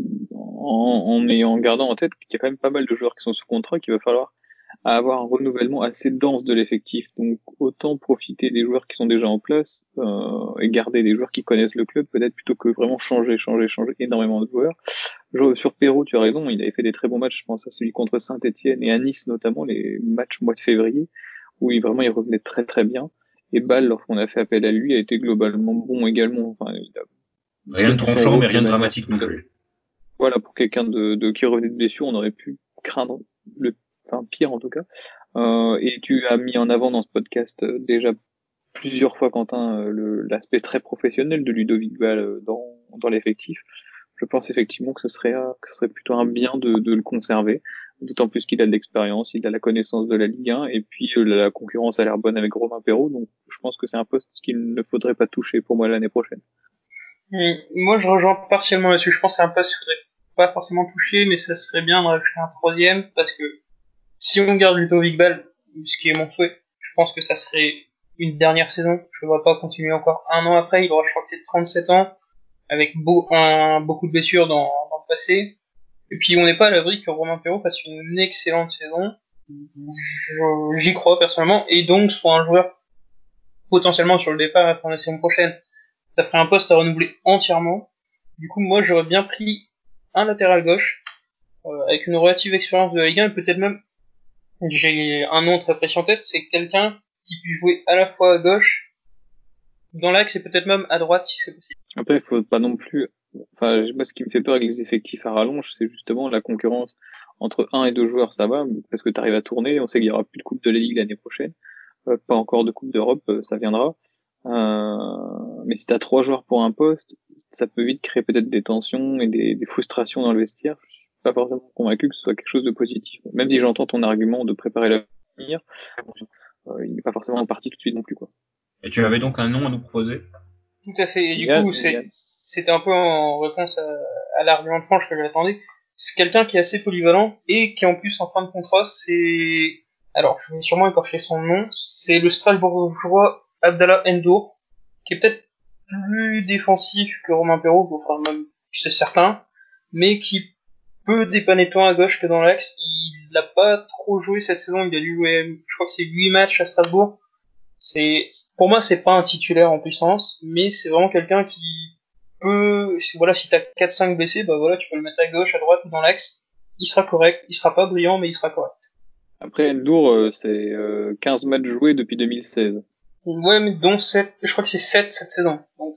[SPEAKER 2] en gardant en tête qu'il y a quand même pas mal de joueurs qui sont sous contrat, qu'il va falloir avoir un renouvellement assez dense de l'effectif. Donc autant profiter des joueurs qui sont déjà en place et garder des joueurs qui connaissent le club peut-être plutôt que vraiment changer énormément de joueurs. Sur Perrault, tu as raison, il avait fait des très bons matchs, je pense à celui contre Saint-Etienne et à Nice notamment, les matchs mois de février, où il revenait très très bien. Et Ball, lorsqu'on a fait appel à lui, a été globalement bon également. Enfin, il a
[SPEAKER 1] Rien de tranchant, mais rien de dramatique non plus.
[SPEAKER 2] Voilà, pour quelqu'un qui revenait de blessure, on aurait pu craindre pire en tout cas. Et tu as mis en avant dans ce podcast déjà plusieurs fois, Quentin, l'aspect très professionnel de Ludovic Ball dans l'effectif. Je pense effectivement que ce serait plutôt un bien de le conserver, d'autant plus qu'il a de l'expérience, il a la connaissance de la Ligue 1, et puis la concurrence a l'air bonne avec Romain Perrault, donc je pense que c'est un poste qu'il ne faudrait pas toucher pour moi l'année prochaine.
[SPEAKER 3] Moi, je rejoins partiellement là-dessus. Je pense que c'est un poste qu'il faudrait pas forcément toucher, mais ça serait bien de rajouter un troisième, parce que si on garde Ludovic Ball, ce qui est mon souhait, je pense que ça serait une dernière saison. Je ne vois pas continuer encore un an après. Il aura, je crois que c'est 37 ans, avec beaucoup de blessures dans le passé. Et puis, on n'est pas à l'abri que Romain Perrault fasse une excellente saison. J'y crois personnellement, et donc soit un joueur potentiellement sur le départ pour la saison prochaine. Ça ferait un poste à renouveler entièrement. Du coup, moi, j'aurais bien pris un latéral gauche, avec une relative expérience de la Ligue 1, et peut-être même, j'ai un nom très précis en tête, c'est quelqu'un qui puisse jouer à la fois à gauche, dans l'axe, et peut-être même à droite, si c'est possible.
[SPEAKER 2] Après, il faut pas non plus... Enfin, moi, ce qui me fait peur avec les effectifs à rallonge, c'est justement la concurrence entre un et deux joueurs, ça va, parce que tu arrives à tourner, on sait qu'il y aura plus de Coupe de la Ligue l'année prochaine, pas encore de Coupe d'Europe, ça viendra. Mais si t'as trois joueurs pour un poste, ça peut vite créer peut-être des tensions et des frustrations dans le vestiaire. Je suis pas forcément convaincu que ce soit quelque chose de positif. Même si j'entends ton argument de préparer l'avenir, il n'est pas forcément parti tout de suite non plus, quoi.
[SPEAKER 1] Et tu avais donc un nom à nous proposer?
[SPEAKER 3] Tout à fait. Et du coup, c'était un peu en réponse à l'argument de Franche que j'attendais. C'est quelqu'un qui est assez polyvalent et qui en plus en fin de contrat, alors je vais sûrement écorcher son nom, c'est le Strasbourgeois Abdallah N'Dour, qui est peut-être plus défensif que Romain Perrault, enfin même c'est certain, mais qui peut dépanner tant à gauche que dans l'axe. Il n'a pas trop joué cette saison, il a dû jouer, je crois que c'est 8 matchs à Strasbourg. Pour moi, c'est pas un titulaire en puissance, mais c'est vraiment quelqu'un qui peut, voilà, si t'as 4-5 blessés, bah voilà, tu peux le mettre à gauche, à droite ou dans l'axe. Il sera correct. Il sera pas brillant, mais il sera correct.
[SPEAKER 2] Après, N'Dour, c'est 15 matchs joués depuis 2016.
[SPEAKER 3] Ouais, mais dont 7, je crois que c'est 7 cette saison. Donc,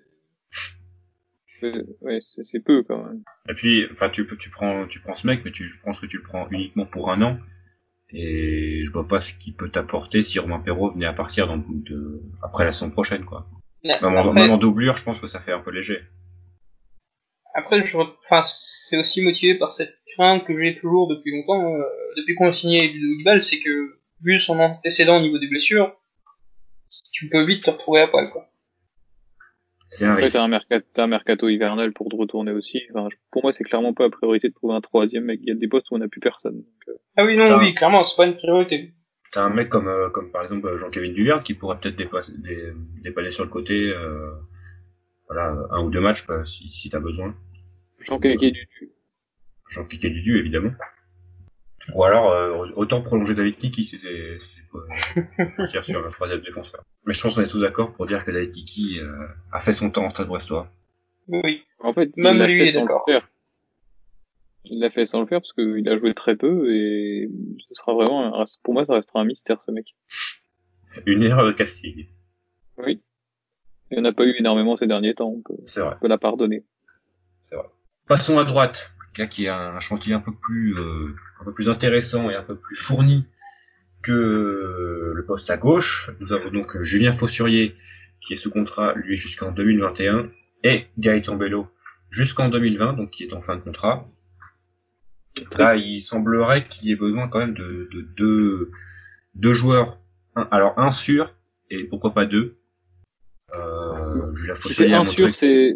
[SPEAKER 2] ouais, c'est peu quand même.
[SPEAKER 1] Et puis, enfin, tu prends ce mec, mais je pense que tu le prends uniquement pour un an. Et je vois pas ce qu'il peut t'apporter si Romain Perrault venait à partir après la saison prochaine, quoi. Même en doublure, je pense que ça fait un peu léger.
[SPEAKER 3] Après, c'est aussi motivé par cette crainte que j'ai toujours depuis longtemps, depuis qu'on a signé Ludovic, c'est que, vu son antécédent au niveau des blessures, tu peux vite te retrouver à poil, quoi.
[SPEAKER 1] C'est un
[SPEAKER 2] Après,
[SPEAKER 1] risque.
[SPEAKER 2] t'as un mercato hivernal pour te retourner aussi. Enfin, pour moi, c'est clairement pas la priorité de trouver un troisième mec. Il y a des postes où on n'a plus personne. Donc,
[SPEAKER 3] Ah oui, non,
[SPEAKER 1] T'as,
[SPEAKER 3] oui, clairement, c'est pas une priorité.
[SPEAKER 1] t'as un mec comme par exemple Jean-Kévin Duvert qui pourrait peut-être dépanner sur le côté, voilà, un ou deux matchs si t'as besoin.
[SPEAKER 2] Jean
[SPEAKER 1] Ou
[SPEAKER 2] Caquet
[SPEAKER 1] Jean-Piqué Dudu évidemment. Ou alors autant prolonger David Kiki si c'est pour partir sur un troisième défenseur. Mais je pense qu'on est tous d'accord pour dire que David Kiki a fait son temps en Stade Brestois.
[SPEAKER 3] Oui,
[SPEAKER 2] En fait, il
[SPEAKER 3] même
[SPEAKER 2] l'a
[SPEAKER 3] lui
[SPEAKER 2] fait
[SPEAKER 3] est
[SPEAKER 2] sans le
[SPEAKER 3] d'accord.
[SPEAKER 2] faire. Il l'a fait sans le faire parce qu'il a joué très peu et ce sera vraiment, pour moi, ça restera un mystère, ce mec.
[SPEAKER 1] Une erreur de casting,
[SPEAKER 2] Oui. Il n'y en a pas eu énormément ces derniers temps.
[SPEAKER 1] c'est vrai.
[SPEAKER 2] On peut la pardonner.
[SPEAKER 1] C'est vrai. Passons à droite, là qui est un chantier un peu plus intéressant et un peu plus fourni que le poste à gauche. Nous avons donc Julien Faussurier qui est sous contrat lui jusqu'en 2021 et Gaëtan Bello jusqu'en 2020, donc qui est en fin de contrat. Là,
[SPEAKER 2] Triste.
[SPEAKER 1] il semblerait qu'il y ait besoin quand même de deux joueurs. Alors un sûr et pourquoi pas deux. Julien
[SPEAKER 2] Si c'est
[SPEAKER 1] Faussurier a
[SPEAKER 2] un
[SPEAKER 1] montré.
[SPEAKER 2] sûr,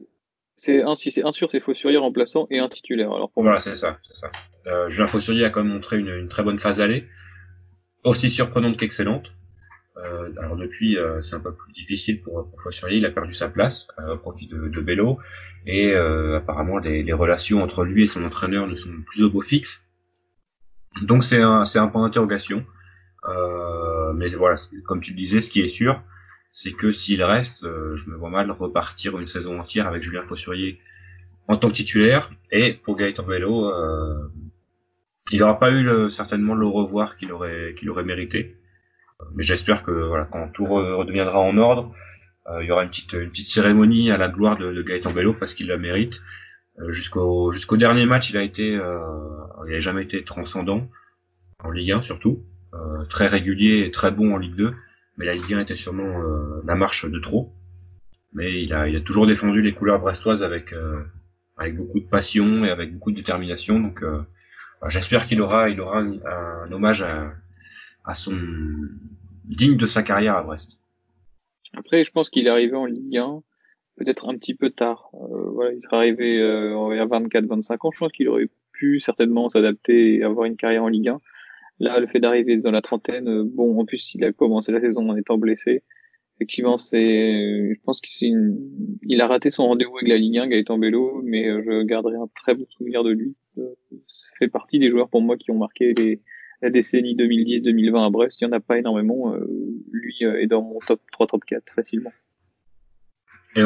[SPEAKER 2] si c'est un sûr, c'est Faussurier remplaçant et un titulaire. Alors pour moi.
[SPEAKER 1] Voilà, c'est ça, c'est ça. Julien Faussurier a quand même montré une très bonne phase aller, aussi surprenante qu'excellente. Alors depuis, c'est un peu plus difficile pour Faussurier, il a perdu sa place au profit de Bello, et apparemment les relations entre lui et son entraîneur ne sont plus au beau fixe. Donc c'est un point d'interrogation. Mais voilà, comme tu le disais, ce qui est sûr, c'est que s'il reste, je me vois mal repartir une saison entière avec Julien Faussurier en tant que titulaire, et pour Gaëtan Bello, il n'aura pas eu certainement le revoir qu'il aurait mérité. Mais j'espère que voilà, quand tout redeviendra en ordre, il y aura une petite cérémonie à la gloire de Gaëtan Bello parce qu'il la mérite. Jusqu'au dernier match, il n'a jamais été transcendant en Ligue 1 surtout, très régulier et très bon en Ligue 2. Mais la Ligue 1 était sûrement la marche de trop. Mais il a toujours défendu les couleurs brestoises avec beaucoup de passion et avec beaucoup de détermination. Donc j'espère qu'il aura un hommage à son digne de sa carrière à Brest.
[SPEAKER 2] Après, je pense qu'il est arrivé en Ligue 1 peut-être un petit peu tard. Voilà, il serait arrivé à 24-25 ans. Je pense qu'il aurait pu certainement s'adapter et avoir une carrière en Ligue 1. Là, le fait d'arriver dans la trentaine, bon, en plus, il a commencé la saison en étant blessé. Effectivement, je pense il a raté son rendez-vous avec la Ligue 1, Gaëtan Bello, mais je garderai un très bon souvenir de lui. Ça fait partie des joueurs pour moi qui ont marqué la décennie 2010-2020 à Brest. Il n'y en a pas énormément. Lui est dans mon top 3, top 4 facilement.
[SPEAKER 1] Et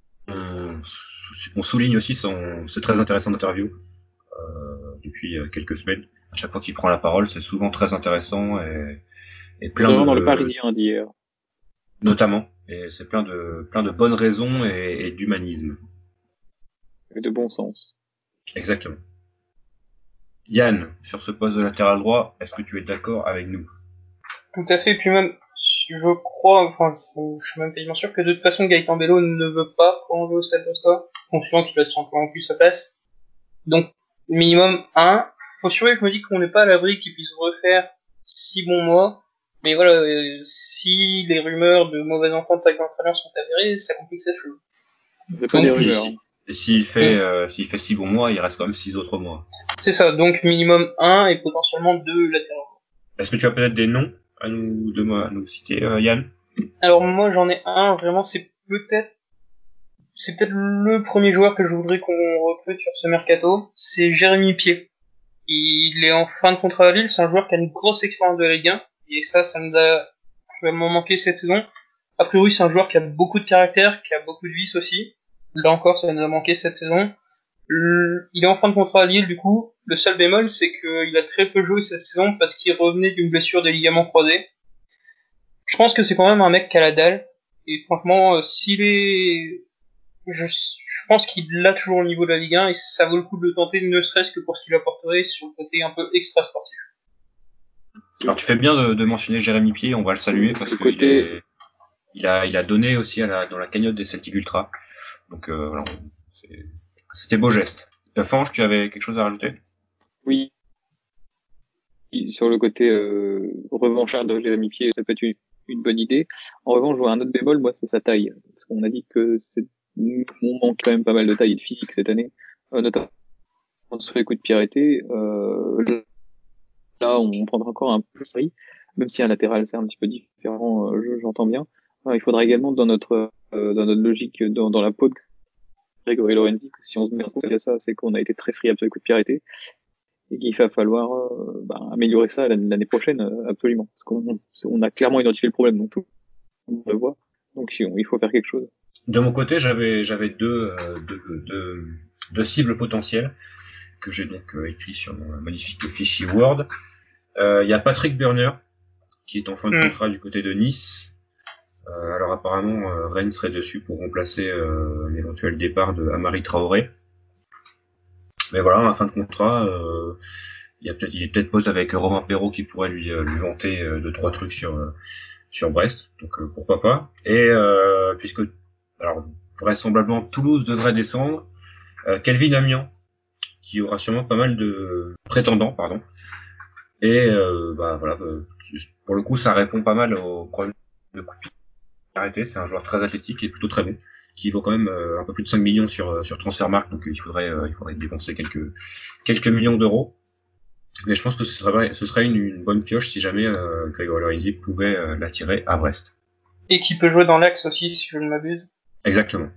[SPEAKER 1] on souligne aussi c'est très intéressant d'interview depuis quelques semaines. À chaque fois qu'il prend la parole, c'est souvent très intéressant et plein
[SPEAKER 2] Notamment dans le
[SPEAKER 1] de,
[SPEAKER 2] Parisien d'hier.
[SPEAKER 1] notamment, et c'est plein de bonnes raisons et d'humanisme.
[SPEAKER 2] Et de bon sens.
[SPEAKER 1] Exactement. Yann, sur ce poste de latéral droit, est-ce que tu es d'accord avec nous?
[SPEAKER 3] Tout à fait, puis même, je crois, enfin, je suis même quasiment sûr que de toute façon, Gaëtan Bello ne veut pas prolonger au Stade Brestois, conscient qu'il va simplement plus sa place. Donc, minimum 1. Faut surveiller, je me dis qu'on n'est pas à l'abri qu'il puisse refaire 6 bons mois. Mais voilà, si les rumeurs de mauvais entente avec l'entraîneur sont avérées, ça complique les choses.
[SPEAKER 2] C'est pas des
[SPEAKER 3] Donc,
[SPEAKER 2] rumeurs.
[SPEAKER 1] Et s'il fait 6 bons mois, il reste quand même 6 autres mois.
[SPEAKER 3] c'est ça, donc minimum 1 et potentiellement 2 latéraux.
[SPEAKER 1] Est-ce que tu as peut-être des noms à nous citer, Yann?
[SPEAKER 3] Alors moi j'en ai un, vraiment c'est peut-être le premier joueur que je voudrais qu'on recrute sur ce mercato, c'est Jérémy Pied. Il est en fin de contrat à Lille, c'est un joueur qui a une grosse expérience de Ligue 1, et ça nous a vraiment manqué cette saison. A priori, c'est un joueur qui a beaucoup de caractère, qui a beaucoup de vices aussi. Là encore, ça nous a manqué cette saison. Il est en fin de contrat à Lille, du coup. Le seul bémol, c'est qu'il a très peu joué cette saison parce qu'il revenait d'une blessure des ligaments croisés. Je pense que c'est quand même un mec qui a la dalle. Et franchement, je pense qu'il a toujours le niveau de la Ligue 1 et ça vaut le coup de le tenter, ne serait-ce que pour ce qu'il apporterait sur le côté un peu extra sportif.
[SPEAKER 1] Alors tu fais bien de mentionner Jérémy Pied, on va le saluer parce
[SPEAKER 2] Le
[SPEAKER 1] qu'il
[SPEAKER 2] côté,
[SPEAKER 1] il a donné aussi dans la cagnotte des Celtic Ultra. Donc voilà, c'était beau geste. Fange, tu avais quelque chose à rajouter?
[SPEAKER 2] oui, sur le côté revanchard de Jérémy Pied, ça peut être une bonne idée. En revanche, je vois un autre bémol, moi, c'est sa taille. Parce qu'on a dit que on manque quand même pas mal de taille et de physique cette année, notamment sur les coups de pied arrêtés. Là, on prendra encore un peu de prix, même si un latéral c'est un petit peu différent, j'entends bien. Il faudra également dans notre logique, dans la peau de Grégory Lorenzi, que si on se met à ça, c'est qu'on a été très friable sur les coups de pied arrêtés et qu'il va falloir améliorer ça l'année prochaine, absolument. Parce qu'on a clairement identifié le problème, donc tout le monde le voit. Donc il faut faire quelque chose.
[SPEAKER 1] De mon côté, j'avais deux cibles potentielles que j'ai donc écrit sur mon magnifique fichier Word. Il y a Patrick Burner qui est en fin de contrat du côté de Nice. Alors apparemment, Rennes serait dessus pour remplacer l'éventuel départ de Amari Traoré. Mais voilà, en fin de contrat, il est peut-être pose avec Romain Perrault qui pourrait lui vanter 2-3 trucs sur Brest. Donc pourquoi pas. Et puisque alors vraisemblablement Toulouse devrait descendre, Kelvin Amiens qui aura sûrement pas mal de prétendants, pardon. Et voilà, pour le coup, ça répond pas mal au problème de coup de pied arrêté. C'est un joueur très athlétique et plutôt très bon, qui vaut quand même un peu plus de 5 millions sur Transfermarkt, donc il faudrait dépenser quelques millions d'euros. Mais je pense que ce serait une bonne pioche si jamais Grégory Lorenzi pouvait l'attirer à Brest.
[SPEAKER 3] Et qui peut jouer dans l'axe aussi, si je ne m'abuse.
[SPEAKER 1] Exactement.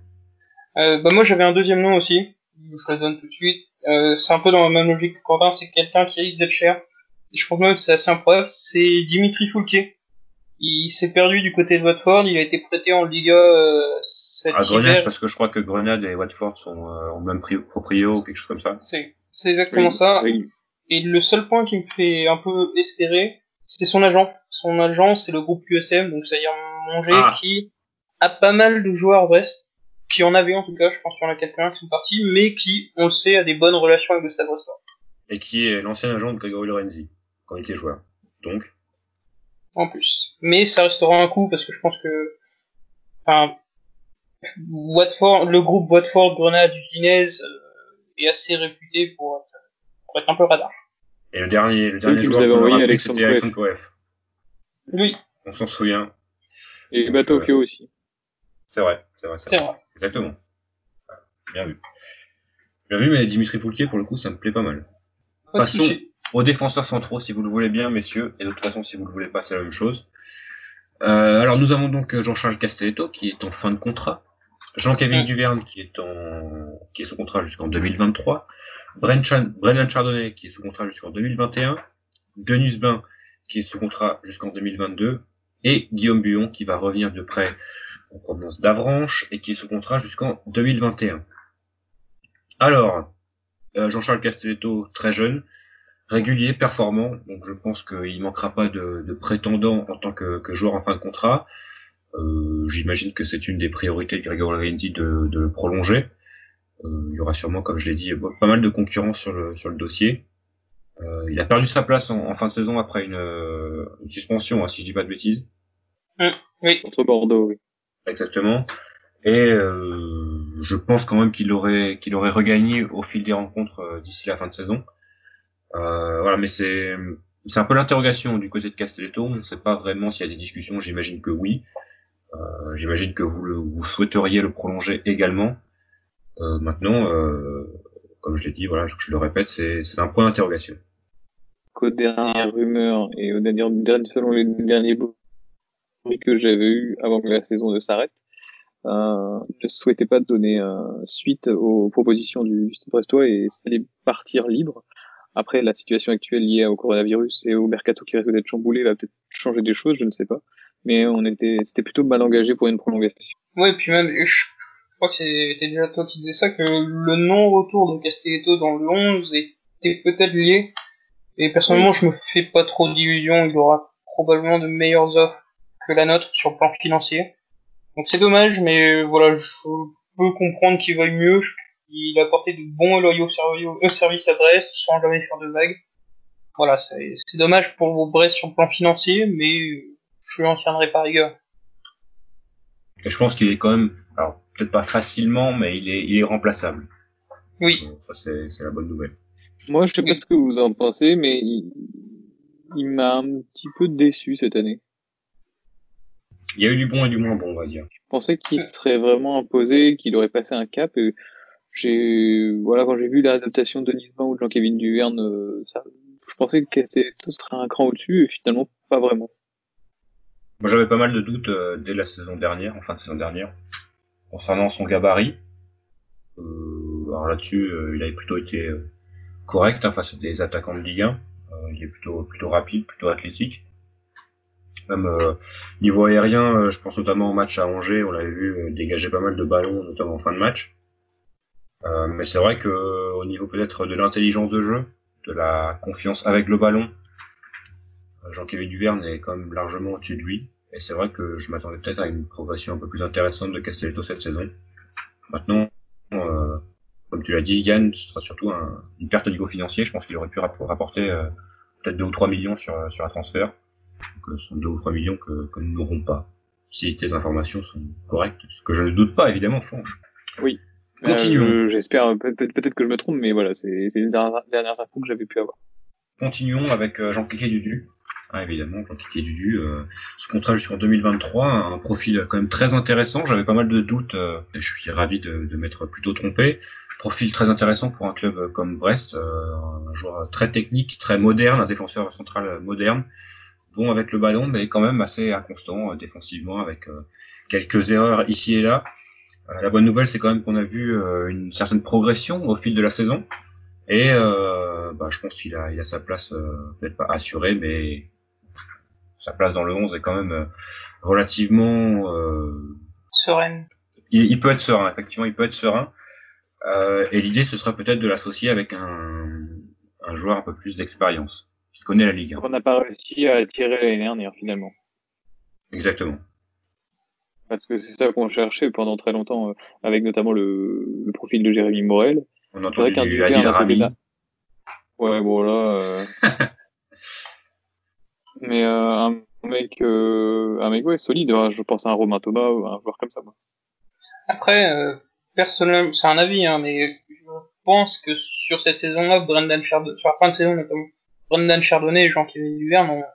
[SPEAKER 3] Moi j'avais un deuxième nom aussi, je le donne tout de suite. C'est un peu dans la même logique que Quentin, c'est quelqu'un qui risque d'être cher. Et je pense même que c'est assez improbable, c'est Dimitri Foulquier. Il s'est perdu du côté de Watford, il a été prêté en Liga cet
[SPEAKER 1] à Grenade,
[SPEAKER 3] hiver.
[SPEAKER 1] parce que je crois que Grenade et Watford sont en même proprio ou quelque chose comme ça.
[SPEAKER 3] C'est exactement ça.
[SPEAKER 2] Oui.
[SPEAKER 3] Et le seul point qui me fait un peu espérer, c'est son agent. Son agent, c'est le groupe USM, donc c'est-à-dire Monger, qui a pas mal de joueurs à Brest, qui en avait en tout cas, je pense qu'il y en a quelques-uns qui sont partis, mais qui, on le sait, a des bonnes relations avec le Stade Brestois.
[SPEAKER 1] Et qui est l'ancien agent de Grégory Lorenzi, quand il était joueur. Donc.
[SPEAKER 3] En plus. Mais ça restera un coup, parce que je pense que, enfin, Watford, le groupe Watford, Grenade, Udinese, est assez réputé pour être un peu radar.
[SPEAKER 1] Et le dernier
[SPEAKER 2] qui
[SPEAKER 1] joueur
[SPEAKER 2] vous avez
[SPEAKER 1] qu'on
[SPEAKER 2] envoyé
[SPEAKER 1] a rappelé, c'était Alexandre Koef.
[SPEAKER 3] Oui.
[SPEAKER 1] On s'en souvient.
[SPEAKER 2] Et Batokyo aussi.
[SPEAKER 1] C'est vrai. Exactement. Bien vu. Mais Dimitri Foulquier, pour le coup, ça me plaît pas mal. Passons aux défenseurs centraux, si vous le voulez bien, messieurs. Et de toute façon, si vous le voulez pas, c'est la même chose. Alors, nous avons donc Jean-Charles Castelletto, qui est en fin de contrat. Jean-Kévin Duverne, qui est sous contrat jusqu'en 2023. Brennan Chardonnay, qui est sous contrat jusqu'en 2021. Denus Bain, qui est sous contrat jusqu'en 2022. Et Guillaume Buon, qui va revenir de près en provenance d'Avranches et qui est sous contrat jusqu'en 2021. Alors, Jean-Charles Castelletto, très jeune, régulier, performant, donc je pense qu'il manquera pas de prétendants en tant que joueur en fin de contrat. J'imagine que c'est une des priorités de Grégory Lorenzi de le prolonger. Il y aura sûrement, comme je l'ai dit, pas mal de concurrence sur le dossier. Il a perdu sa place en fin de saison après une suspension, si je dis pas de bêtises.
[SPEAKER 3] Oui.
[SPEAKER 2] Contre Bordeaux, oui.
[SPEAKER 1] Exactement. Et je pense quand même qu'il aurait regagné au fil des rencontres d'ici la fin de saison. Voilà, mais c'est un peu l'interrogation du côté de Castelletto. On ne sait pas vraiment s'il y a des discussions. J'imagine que oui. J'imagine que vous souhaiteriez le prolonger également. Maintenant, comme je l'ai dit, voilà, je le répète, c'est un point d'interrogation.
[SPEAKER 2] Qu'aux dernières rumeurs et selon les derniers bruits que j'avais eu avant que la saison ne s'arrête, ne souhaitait pas donner suite aux propositions du Stade Brestois et s'allait partir libre. Après, la situation actuelle liée au coronavirus et au mercato qui risque d'être chamboulé va peut-être changer des choses, je ne sais pas. Mais c'était plutôt mal engagé pour une prolongation.
[SPEAKER 3] Ouais, puis même, je crois que c'était déjà toi qui disais ça, que le non-retour de Castelletto dans le 11 était peut-être lié. Et personnellement, je me fais pas trop d'illusions, il aura probablement de meilleures offres que la nôtre sur le plan financier. Donc c'est dommage, mais voilà, je peux comprendre qu'il veuille mieux. Il a apporté de bons et loyaux services à Brest sans jamais faire de vagues. Voilà, c'est dommage pour Brest sur le plan financier, mais je lui en tiendrai par rigueur.
[SPEAKER 1] Et je pense qu'il est quand même, alors peut-être pas facilement, mais il est remplaçable.
[SPEAKER 3] Oui.
[SPEAKER 1] Donc, ça c'est la bonne nouvelle.
[SPEAKER 2] Moi, je sais pas ce que vous en pensez, mais il m'a un petit peu déçu cette année.
[SPEAKER 1] Il y a eu du bon et du moins bon, on va dire.
[SPEAKER 2] Je pensais qu'il serait vraiment imposé, qu'il aurait passé un cap. Et quand j'ai vu l'adaptation de Denis ou de Jean-Kévin Duverne, je pensais que ce serait un cran au-dessus et finalement pas vraiment.
[SPEAKER 1] Moi, j'avais pas mal de doutes dès la saison dernière, en fin de saison dernière, concernant son gabarit. Alors là-dessus, il avait plutôt été correct face à des attaquants de Ligue 1. Il est plutôt rapide, plutôt athlétique. Même niveau aérien, je pense notamment au match à Angers, on l'avait vu dégager pas mal de ballons, notamment en fin de match. Mais c'est vrai que au niveau peut-être de l'intelligence de jeu, de la confiance avec le ballon, Jean-Kévin Duverne est quand même largement au-dessus de lui. Et c'est vrai que je m'attendais peut-être à une progression un peu plus intéressante de Castelletto cette saison. Maintenant, euh, comme tu l'as dit, Yann, ce sera surtout une perte au niveau financier. Je pense qu'il aurait pu rapporter peut-être 2 ou 3 millions sur un transfert. Donc ce sont 2 ou 3 millions que nous n'aurons pas. Si tes informations sont correctes, ce que je ne doute pas évidemment, Flanche.
[SPEAKER 2] Oui.
[SPEAKER 1] Continuons.
[SPEAKER 2] J'espère, peut-être que je me trompe, mais voilà, c'est les dernières infos que j'avais pu avoir.
[SPEAKER 1] Continuons avec Jean-Kéké Dudu. Évidemment, Jean-Kéké Dudu, ce contrat jusqu'en 2023, un profil quand même très intéressant. J'avais pas mal de doutes, et je suis ravi de m'être plutôt trompé. Profil très intéressant pour un club comme Brest, un joueur très technique, très moderne, un défenseur central moderne, bon avec le ballon, mais quand même assez inconstant défensivement, avec quelques erreurs ici et là. La bonne nouvelle, c'est quand même qu'on a vu une certaine progression au fil de la saison. Et je pense qu'il a sa place, peut-être pas assurée, mais sa place dans le 11 est quand même relativement...
[SPEAKER 3] Sereine.
[SPEAKER 1] Il peut être serein, effectivement, il peut être serein. Et l'idée, ce sera peut-être de l'associer avec un joueur un peu plus d'expérience, qui connaît la Ligue 1.
[SPEAKER 2] On n'a pas réussi à attirer l'année dernière, finalement.
[SPEAKER 1] Exactement.
[SPEAKER 2] Parce que c'est ça qu'on cherchait pendant très longtemps, avec notamment le profil de Jérémy Morel.
[SPEAKER 1] On a
[SPEAKER 2] C'est vrai
[SPEAKER 1] entendu
[SPEAKER 2] qu'un
[SPEAKER 1] du
[SPEAKER 2] Duverne
[SPEAKER 1] Adil
[SPEAKER 2] à côté de là.
[SPEAKER 1] Rami.
[SPEAKER 2] Ouais, bon là. Mais un mec ouais, solide. Hein. Je pense à un Romain Thomas ou un joueur comme ça. Moi.
[SPEAKER 3] Après, personnellement, c'est un avis, hein, mais je pense que sur cette saison-là, sur la fin de saison notamment, Brendan Chardonnay et Jean-Kévin Duverne ont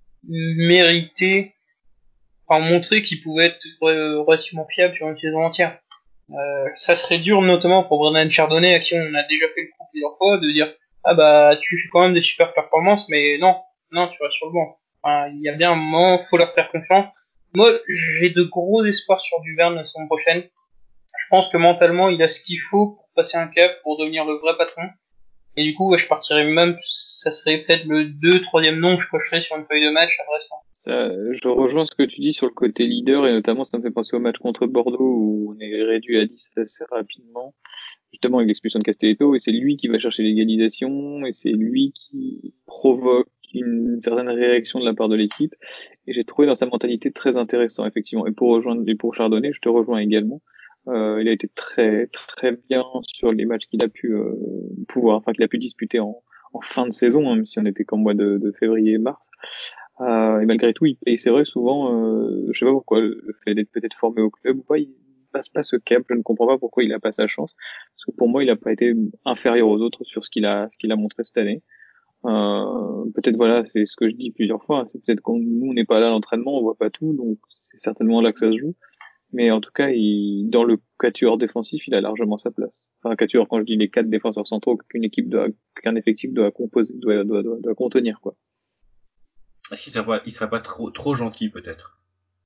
[SPEAKER 3] mérité, enfin montré qu'ils pouvaient être relativement fiables sur une saison entière. Ça serait dur notamment pour Brendan Chardonnay, à qui on a déjà fait le coup plusieurs fois, de dire ah bah tu fais quand même des super performances, mais non, tu restes sur le banc. Enfin, il y a bien un moment, faut leur faire confiance. Moi, j'ai de gros espoirs sur Duverne la saison prochaine. Je pense que mentalement, il a ce qu'il faut pour passer un cap, pour devenir le vrai patron. Et du coup, je partirais même, ça serait peut-être le 2, 3e nom que je cocherais sur une feuille de match à Brest.
[SPEAKER 2] Je rejoins ce que tu dis sur le côté leader et notamment ça me fait penser au match contre Bordeaux où on est réduit à 10 assez rapidement, justement avec l'expulsion de Castelletto et c'est lui qui va chercher l'égalisation et c'est lui qui provoque une certaine réaction de la part de l'équipe et j'ai trouvé dans sa mentalité très intéressant effectivement. Et pour Chardonnay, je te rejoins également. Il a été très très bien sur les matchs qu'il a qu'il a pu disputer en fin de saison, hein, même si on était qu'en mois de février-mars. Et malgré tout, et c'est vrai souvent, je sais pas pourquoi, le fait d'être peut-être formé au club ou pas, il passe pas ce cap. Je ne comprends pas pourquoi il a pas sa chance, parce que pour moi, il a pas été inférieur aux autres sur ce qu'il a montré cette année. Peut-être voilà, c'est ce que je dis plusieurs fois. C'est peut-être quand nous on n'est pas là à l'entraînement, on voit pas tout, donc c'est certainement là que ça se joue. Mais en tout cas, dans le quatuor défensif, il a largement sa place. Enfin, quatuor, quand je dis les 4 défenseurs centraux qu'un effectif doit composer, doit contenir, quoi.
[SPEAKER 1] Est-ce qu'il serait pas trop gentil, peut-être?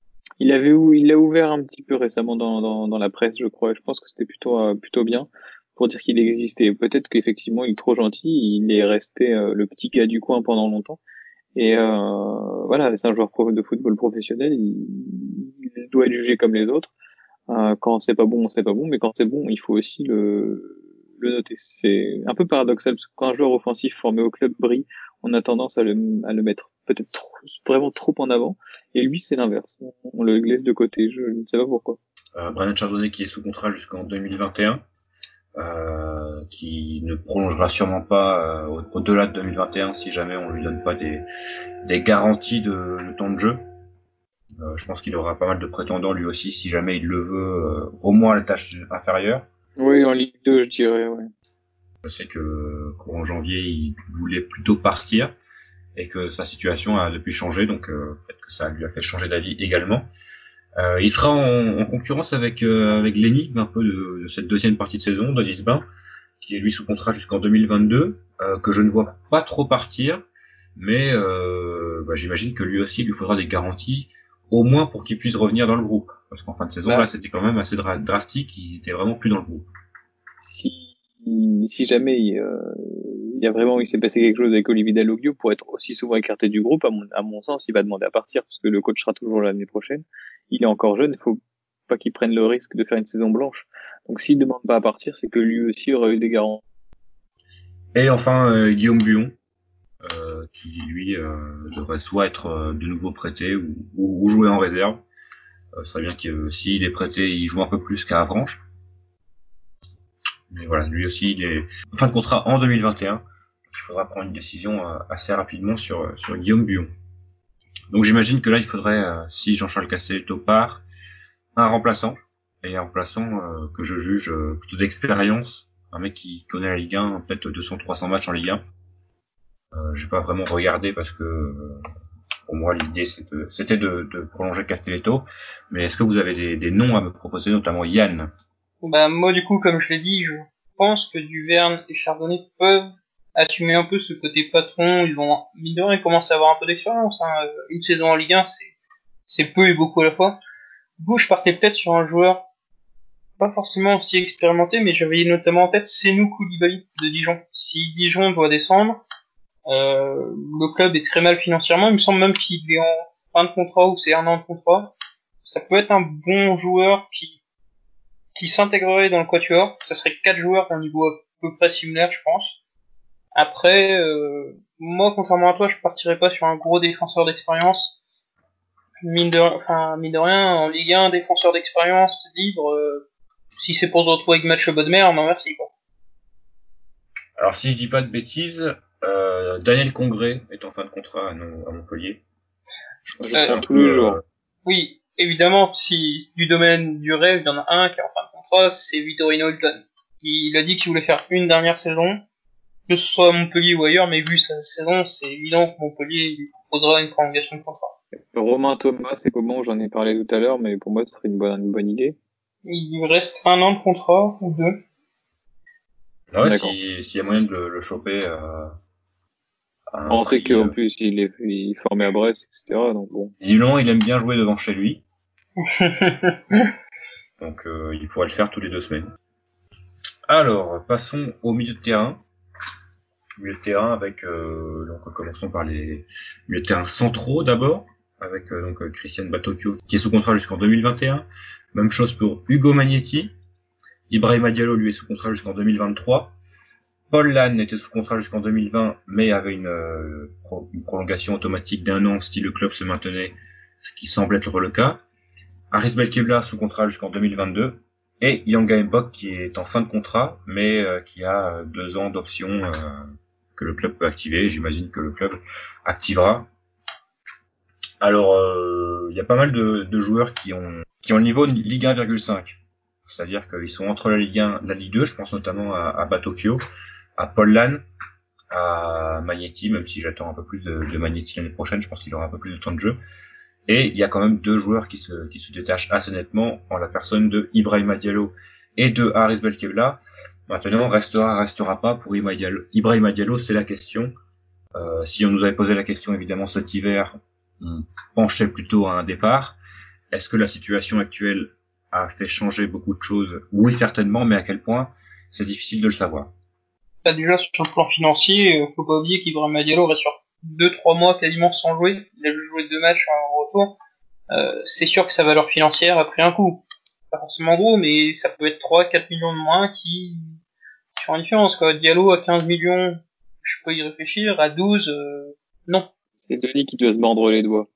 [SPEAKER 2] Il l'a ouvert un petit peu récemment dans la presse, je crois. Je pense que c'était plutôt bien pour dire qu'il existait. Peut-être qu'effectivement, il est trop gentil. Il est resté le petit gars du coin pendant longtemps. Et voilà, c'est un joueur de football professionnel. Il doit être jugé comme les autres. Quand c'est pas bon, c'est pas bon, mais quand c'est bon, il faut aussi le noter. C'est un peu paradoxal parce que quand un joueur offensif formé au club brille, on a tendance à le mettre peut-être vraiment trop en avant, et lui c'est l'inverse. On le laisse de côté. Je ne sais pas pourquoi.
[SPEAKER 1] Brennan Chardonnay qui est sous contrat jusqu'en 2021, qui ne prolongera sûrement pas au-delà de 2021 si jamais on lui donne pas des garanties de temps de jeu. Je pense qu'il aura pas mal de prétendants lui aussi si jamais il le veut, au moins à la tâche inférieure.
[SPEAKER 2] Oui, en Ligue 2, je dirais, ouais.
[SPEAKER 1] Je sais que courant janvier, il voulait plutôt partir et que sa situation a depuis changé, donc peut-être que ça lui a fait changer d'avis également. Il sera en concurrence avec l'énigme un peu de cette deuxième partie de saison, Denis Bain, qui est lui sous contrat jusqu'en 2022, que je ne vois pas trop partir, mais j'imagine que lui aussi il lui faudra des garanties, au moins pour qu'il puisse revenir dans le groupe. Parce qu'en fin de saison, là, c'était quand même assez drastique, il était vraiment plus dans le groupe.
[SPEAKER 2] Si jamais il s'est passé quelque chose avec Olivier Dalloglio pour être aussi souvent écarté du groupe, à mon sens, il va demander à partir parce que le coach sera toujours l'année prochaine. Il est encore jeune, il faut pas qu'il prenne le risque de faire une saison blanche. Donc s'il demande pas à partir, c'est que lui aussi aurait eu des garanties.
[SPEAKER 1] Et enfin, Guillaume Buon, qui lui devrait soit être de nouveau prêté ou jouer en réserve. Ce serait bien que s'il est prêté, il joue un peu plus qu'à Avranches. Mais voilà, lui aussi, il est en fin de contrat en 2021. Il faudra prendre une décision assez rapidement sur Guillaume Buon. Donc j'imagine que là, il faudrait, si Jean-Charles Castelletto part, un remplaçant. Et un remplaçant que je juge plutôt d'expérience. Un mec qui connaît la Ligue 1, peut-être 200-300 matchs en Ligue 1. J'ai pas vraiment regardé parce que pour moi l'idée c'était de prolonger Castelletto. Mais est-ce que vous avez des noms à me proposer, notamment Yann?
[SPEAKER 3] Bah moi du coup, comme je l'ai dit, je pense que Duverne et Chardonnay peuvent assumer un peu ce côté patron. Ils vont, mine de rien, commencer à avoir un peu d'expérience. Hein. Une saison en Ligue 1, c'est peu et beaucoup à la fois. Du coup, je partais peut-être sur un joueur pas forcément aussi expérimenté, mais j'avais notamment en tête Senou Koulibaly de Dijon. Si Dijon doit descendre, le club est très mal financièrement. Il me semble même qu'il est en fin de contrat ou c'est un an de contrat. Ça peut être un bon joueur qui s'intégrerait dans le quatuor. Ça serait 4 joueurs d'un niveau à peu près similaire, je pense. Après, moi, contrairement à toi, je partirais pas sur un gros défenseur d'expérience. Mine de rien, en Ligue 1, défenseur d'expérience libre, si c'est pour se retrouver avec match Bodmer, non merci, quoi.
[SPEAKER 1] Alors si je dis pas de bêtises, Daniel Congré est en fin de contrat à Montpellier.
[SPEAKER 2] Je prends tous les jours.
[SPEAKER 3] Oui, évidemment, si du domaine du rêve, il y en a un qui est en fin de contrat, c'est Vittorino Hilton. Il a dit qu'il voulait faire une dernière saison, que ce soit à Montpellier ou ailleurs, mais vu sa saison, c'est évident que Montpellier lui proposera une prolongation de contrat.
[SPEAKER 2] Romain Thomas, c'est comment? J'en ai parlé tout à l'heure, mais pour moi, ce serait une bonne idée.
[SPEAKER 3] Il lui reste un an de contrat, ou deux.
[SPEAKER 1] Ouais, s'il y a moyen de le choper à un
[SPEAKER 2] On sait
[SPEAKER 1] prix.
[SPEAKER 2] qu'en plus, il est formé à Brest, etc. Donc bon.
[SPEAKER 1] Visiblement, il aime bien jouer devant chez lui. Donc il pourrait le faire tous les 2 semaines. Alors, passons au milieu de terrain. Milieu de terrain avec, donc commençons par les milieux de terrain centraux d'abord, avec Christian Batocchio qui est sous contrat jusqu'en 2021. Même chose pour Hugo Magnetti. Ibrahima Diallo lui est sous contrat jusqu'en 2023. Paul Lannes était sous contrat jusqu'en 2020, mais avait une prolongation automatique d'un an si le club se maintenait, ce qui semble être le cas. Aris Belkebla sous contrat jusqu'en 2022. Et Yanga Mbok qui est en fin de contrat, mais qui a 2 ans d'option que le club peut activer. J'imagine que le club activera. Alors, il y a pas mal de joueurs qui ont le niveau de Ligue 1,5. C'est-à-dire qu'ils sont entre la Ligue 1 et la Ligue 2. Je pense notamment à Batocchio, à Paul Lannes, à Magnetti, même si j'attends un peu plus de Magnetti l'année prochaine. Je pense qu'il aura un peu plus de temps de jeu. Et il y a quand même 2 joueurs qui se détachent assez nettement en la personne de Ibrahima Diallo et de Haris Belkebla. Maintenant, restera pas pour Ibrahima Diallo, c'est la question. Si on nous avait posé la question évidemment cet hiver, on penchait plutôt à un départ. Est-ce que la situation actuelle a fait changer beaucoup de choses? Oui, certainement, mais à quel point? C'est difficile de le savoir.
[SPEAKER 3] Déjà, sur le plan financier, faut pas oublier qu'Ibrahima Diallo reste sur 2-3 mois quasiment sans jouer. Il a joué 2 matchs en retour. C'est sûr que sa valeur financière a pris un coup. Pas forcément gros, mais ça peut être 3-4 millions de moins qui font une différence, quoi. Diallo à 15 millions, je peux y réfléchir. À 12, non.
[SPEAKER 2] C'est Denis qui doit se mordre les doigts.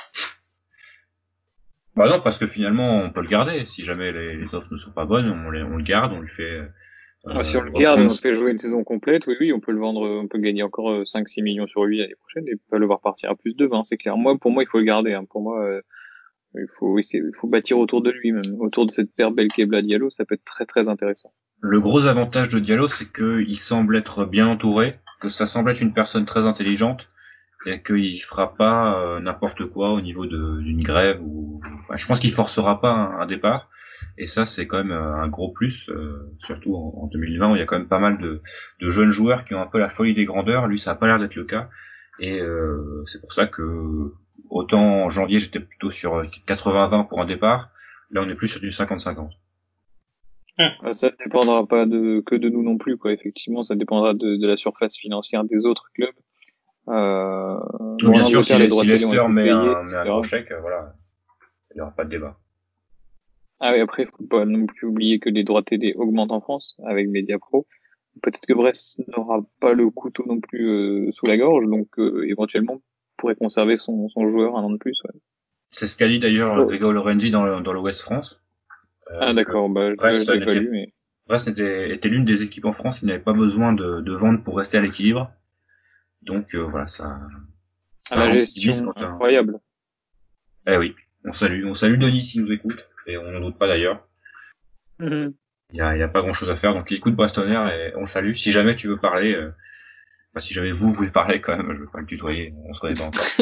[SPEAKER 1] Bah non, parce que finalement, on peut le garder. Si jamais les offres ne sont pas bonnes, on le garde, on lui fait
[SPEAKER 2] Si on le garde et on le fait jouer une saison complète, oui, on peut le vendre, on peut gagner encore 5-6 millions sur lui l'année prochaine et pas le voir partir à plus de 20, c'est clair. Pour moi, il faut le garder. Hein. Pour moi, il faut bâtir autour de lui même, autour de cette paire Belkebla Diallo, ça peut être très très intéressant.
[SPEAKER 1] Le gros avantage de Diallo, c'est qu'il semble être bien entouré, que ça semble être une personne très intelligente et qu'il fera pas n'importe quoi au niveau d'une grève ou je pense qu'il forcera pas un départ. Et ça, c'est quand même un gros plus, surtout en 2020 où il y a quand même pas mal de jeunes joueurs qui ont un peu la folie des grandeurs. Lui, ça a pas l'air d'être le cas. Et c'est pour ça que autant en janvier, j'étais plutôt sur 80-20 pour un départ. Là, on est plus sur du 50-50.
[SPEAKER 2] Ça ne dépendra pas que de nous non plus, quoi. Effectivement, ça dépendra de la surface financière des autres clubs.
[SPEAKER 1] Donc, bien
[SPEAKER 2] en
[SPEAKER 1] sûr, si,
[SPEAKER 2] Angleterre, les droits
[SPEAKER 1] si
[SPEAKER 2] télé ont
[SPEAKER 1] Leicester
[SPEAKER 2] été payés,
[SPEAKER 1] met un
[SPEAKER 2] etc.
[SPEAKER 1] gros chèque, voilà, il n'y aura pas de débat.
[SPEAKER 2] Ah oui, après, faut pas non plus oublier que les droits télé augmentent en France avec Mediapro. Peut-être que Brest n'aura pas le couteau non plus sous la gorge, donc éventuellement pourrait conserver son joueur un an de plus. Ouais.
[SPEAKER 1] C'est ce qu'a dit d'ailleurs
[SPEAKER 2] Oh.
[SPEAKER 1] Grégoire Lorendi dans le West France.
[SPEAKER 2] Ah
[SPEAKER 1] Que
[SPEAKER 2] d'accord, bah je
[SPEAKER 1] Brest
[SPEAKER 2] l'ai pas lu, mais
[SPEAKER 1] était l'une des équipes en France qui n'avait pas besoin de vendre pour rester à l'équilibre. Donc voilà, ça
[SPEAKER 2] la
[SPEAKER 1] relativise
[SPEAKER 2] gestion
[SPEAKER 1] quand un.
[SPEAKER 2] incroyable.
[SPEAKER 1] Eh oui, on salue Denis s'il nous écoute, et on n'en doute pas d'ailleurs.
[SPEAKER 2] Mhm.
[SPEAKER 1] Il y a pas grand chose à faire, donc il écoute Brestonner et on le salue. Si jamais tu veux parler, si jamais vous voulez parler quand même, je veux pas le tutoyer, on se connaît pas encore.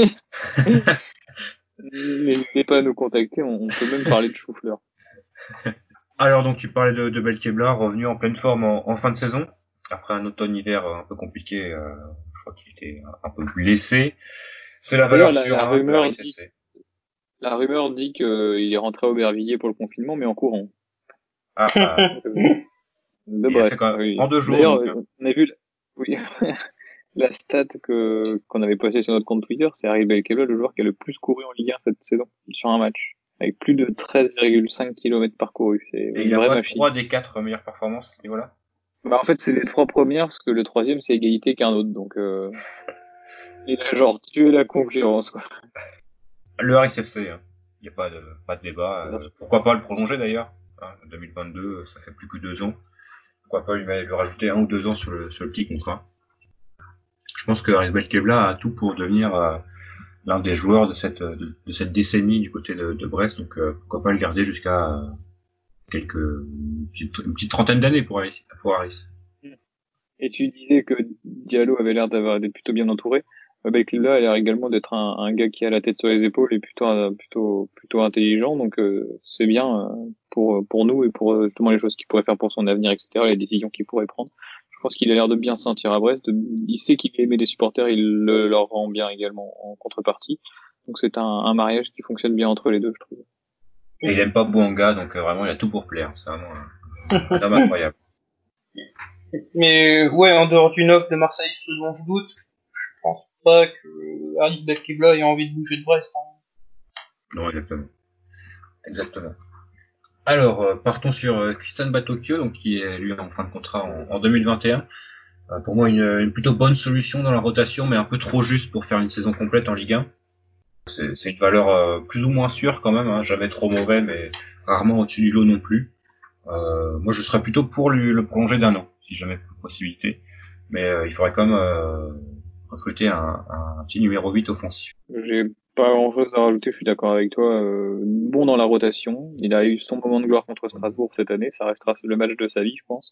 [SPEAKER 2] N'hésitez pas à nous contacter, on peut même parler de chou-fleur.
[SPEAKER 1] Alors donc tu parlais de Belkebla, revenu en pleine forme en fin de saison, après un automne-hiver un peu compliqué, je crois qu'il était un peu blessé. C'est la valeur
[SPEAKER 2] D'ailleurs,
[SPEAKER 1] sûre, hein, de Harry CC.
[SPEAKER 2] la rumeur dit qu'il est rentré à Aubervilliers pour le confinement, mais en courant.
[SPEAKER 1] Ah,
[SPEAKER 2] De
[SPEAKER 1] il a fait
[SPEAKER 2] Brest,
[SPEAKER 1] quand même
[SPEAKER 2] oui.
[SPEAKER 1] en 2 jours
[SPEAKER 2] D'ailleurs,
[SPEAKER 1] donc. Hein.
[SPEAKER 2] on a vu, oui, la stat qu'on avait postée sur notre compte Twitter, c'est Harry Belkebla, le joueur qui a le plus couru en Ligue 1 cette saison, sur un match, avec plus de 13,5 km parcourus. C'est
[SPEAKER 1] Et
[SPEAKER 2] une
[SPEAKER 1] il a
[SPEAKER 2] vraie
[SPEAKER 1] pas
[SPEAKER 2] machine.
[SPEAKER 1] 3 des 4 meilleures performances à ce niveau-là.
[SPEAKER 2] Bah, en fait, c'est les trois premières, parce que le troisième, c'est égalité qu'un autre, donc il a genre tué la concurrence, quoi.
[SPEAKER 1] Le Harry CC, hein. Il n'y a pas de débat. Pourquoi pas le prolonger d'ailleurs, hein, 2022, ça fait plus que 2 ans. Pourquoi pas lui rajouter 1 ou 2 ans sur le petit contrat. Je pense que Harry Belkebla a tout pour devenir l'un des joueurs de cette décennie du côté de Brest, donc pourquoi pas le garder jusqu'à une petite trentaine d'années pour Harris.
[SPEAKER 2] Et tu disais que Diallo avait l'air d'être plutôt bien entouré. Belkebla a l'air également d'être un gars qui a la tête sur les épaules et plutôt intelligent. Donc c'est bien pour nous et pour justement les choses qu'il pourrait faire pour son avenir, etc. Les décisions qu'il pourrait prendre. Je pense qu'il a l'air de bien se sentir à Brest. Il sait qu'il aimait des supporters, il leur rend bien également en contrepartie. Donc c'est un mariage qui fonctionne bien entre les deux, je trouve.
[SPEAKER 1] Et il aime pas Bouanga, donc vraiment il a tout pour plaire. C'est vraiment un homme incroyable.
[SPEAKER 3] Mais ouais, en dehors du NOC de Marseille, ce dont je doute, je pense pas que Harit Belkebla ait envie de bouger de Brest. Hein.
[SPEAKER 1] Non, exactement. Alors, partons sur Christian Batokyo, donc qui est lui en fin de contrat en 2021. Pour moi, une plutôt bonne solution dans la rotation, mais un peu trop juste pour faire une saison complète en Ligue 1. C'est une valeur plus ou moins sûre quand même, hein, jamais trop mauvais, mais rarement au-dessus du lot non plus. Moi, je serais plutôt pour le prolonger d'1 an, si jamais possibilité. Mais il faudrait quand même recruter un petit numéro 8 offensif.
[SPEAKER 2] J'ai pas grand chose à rajouter, je suis d'accord avec toi. Bon dans la rotation. Il a eu son moment de gloire contre Strasbourg cette année. Ça restera le match de sa vie, je pense.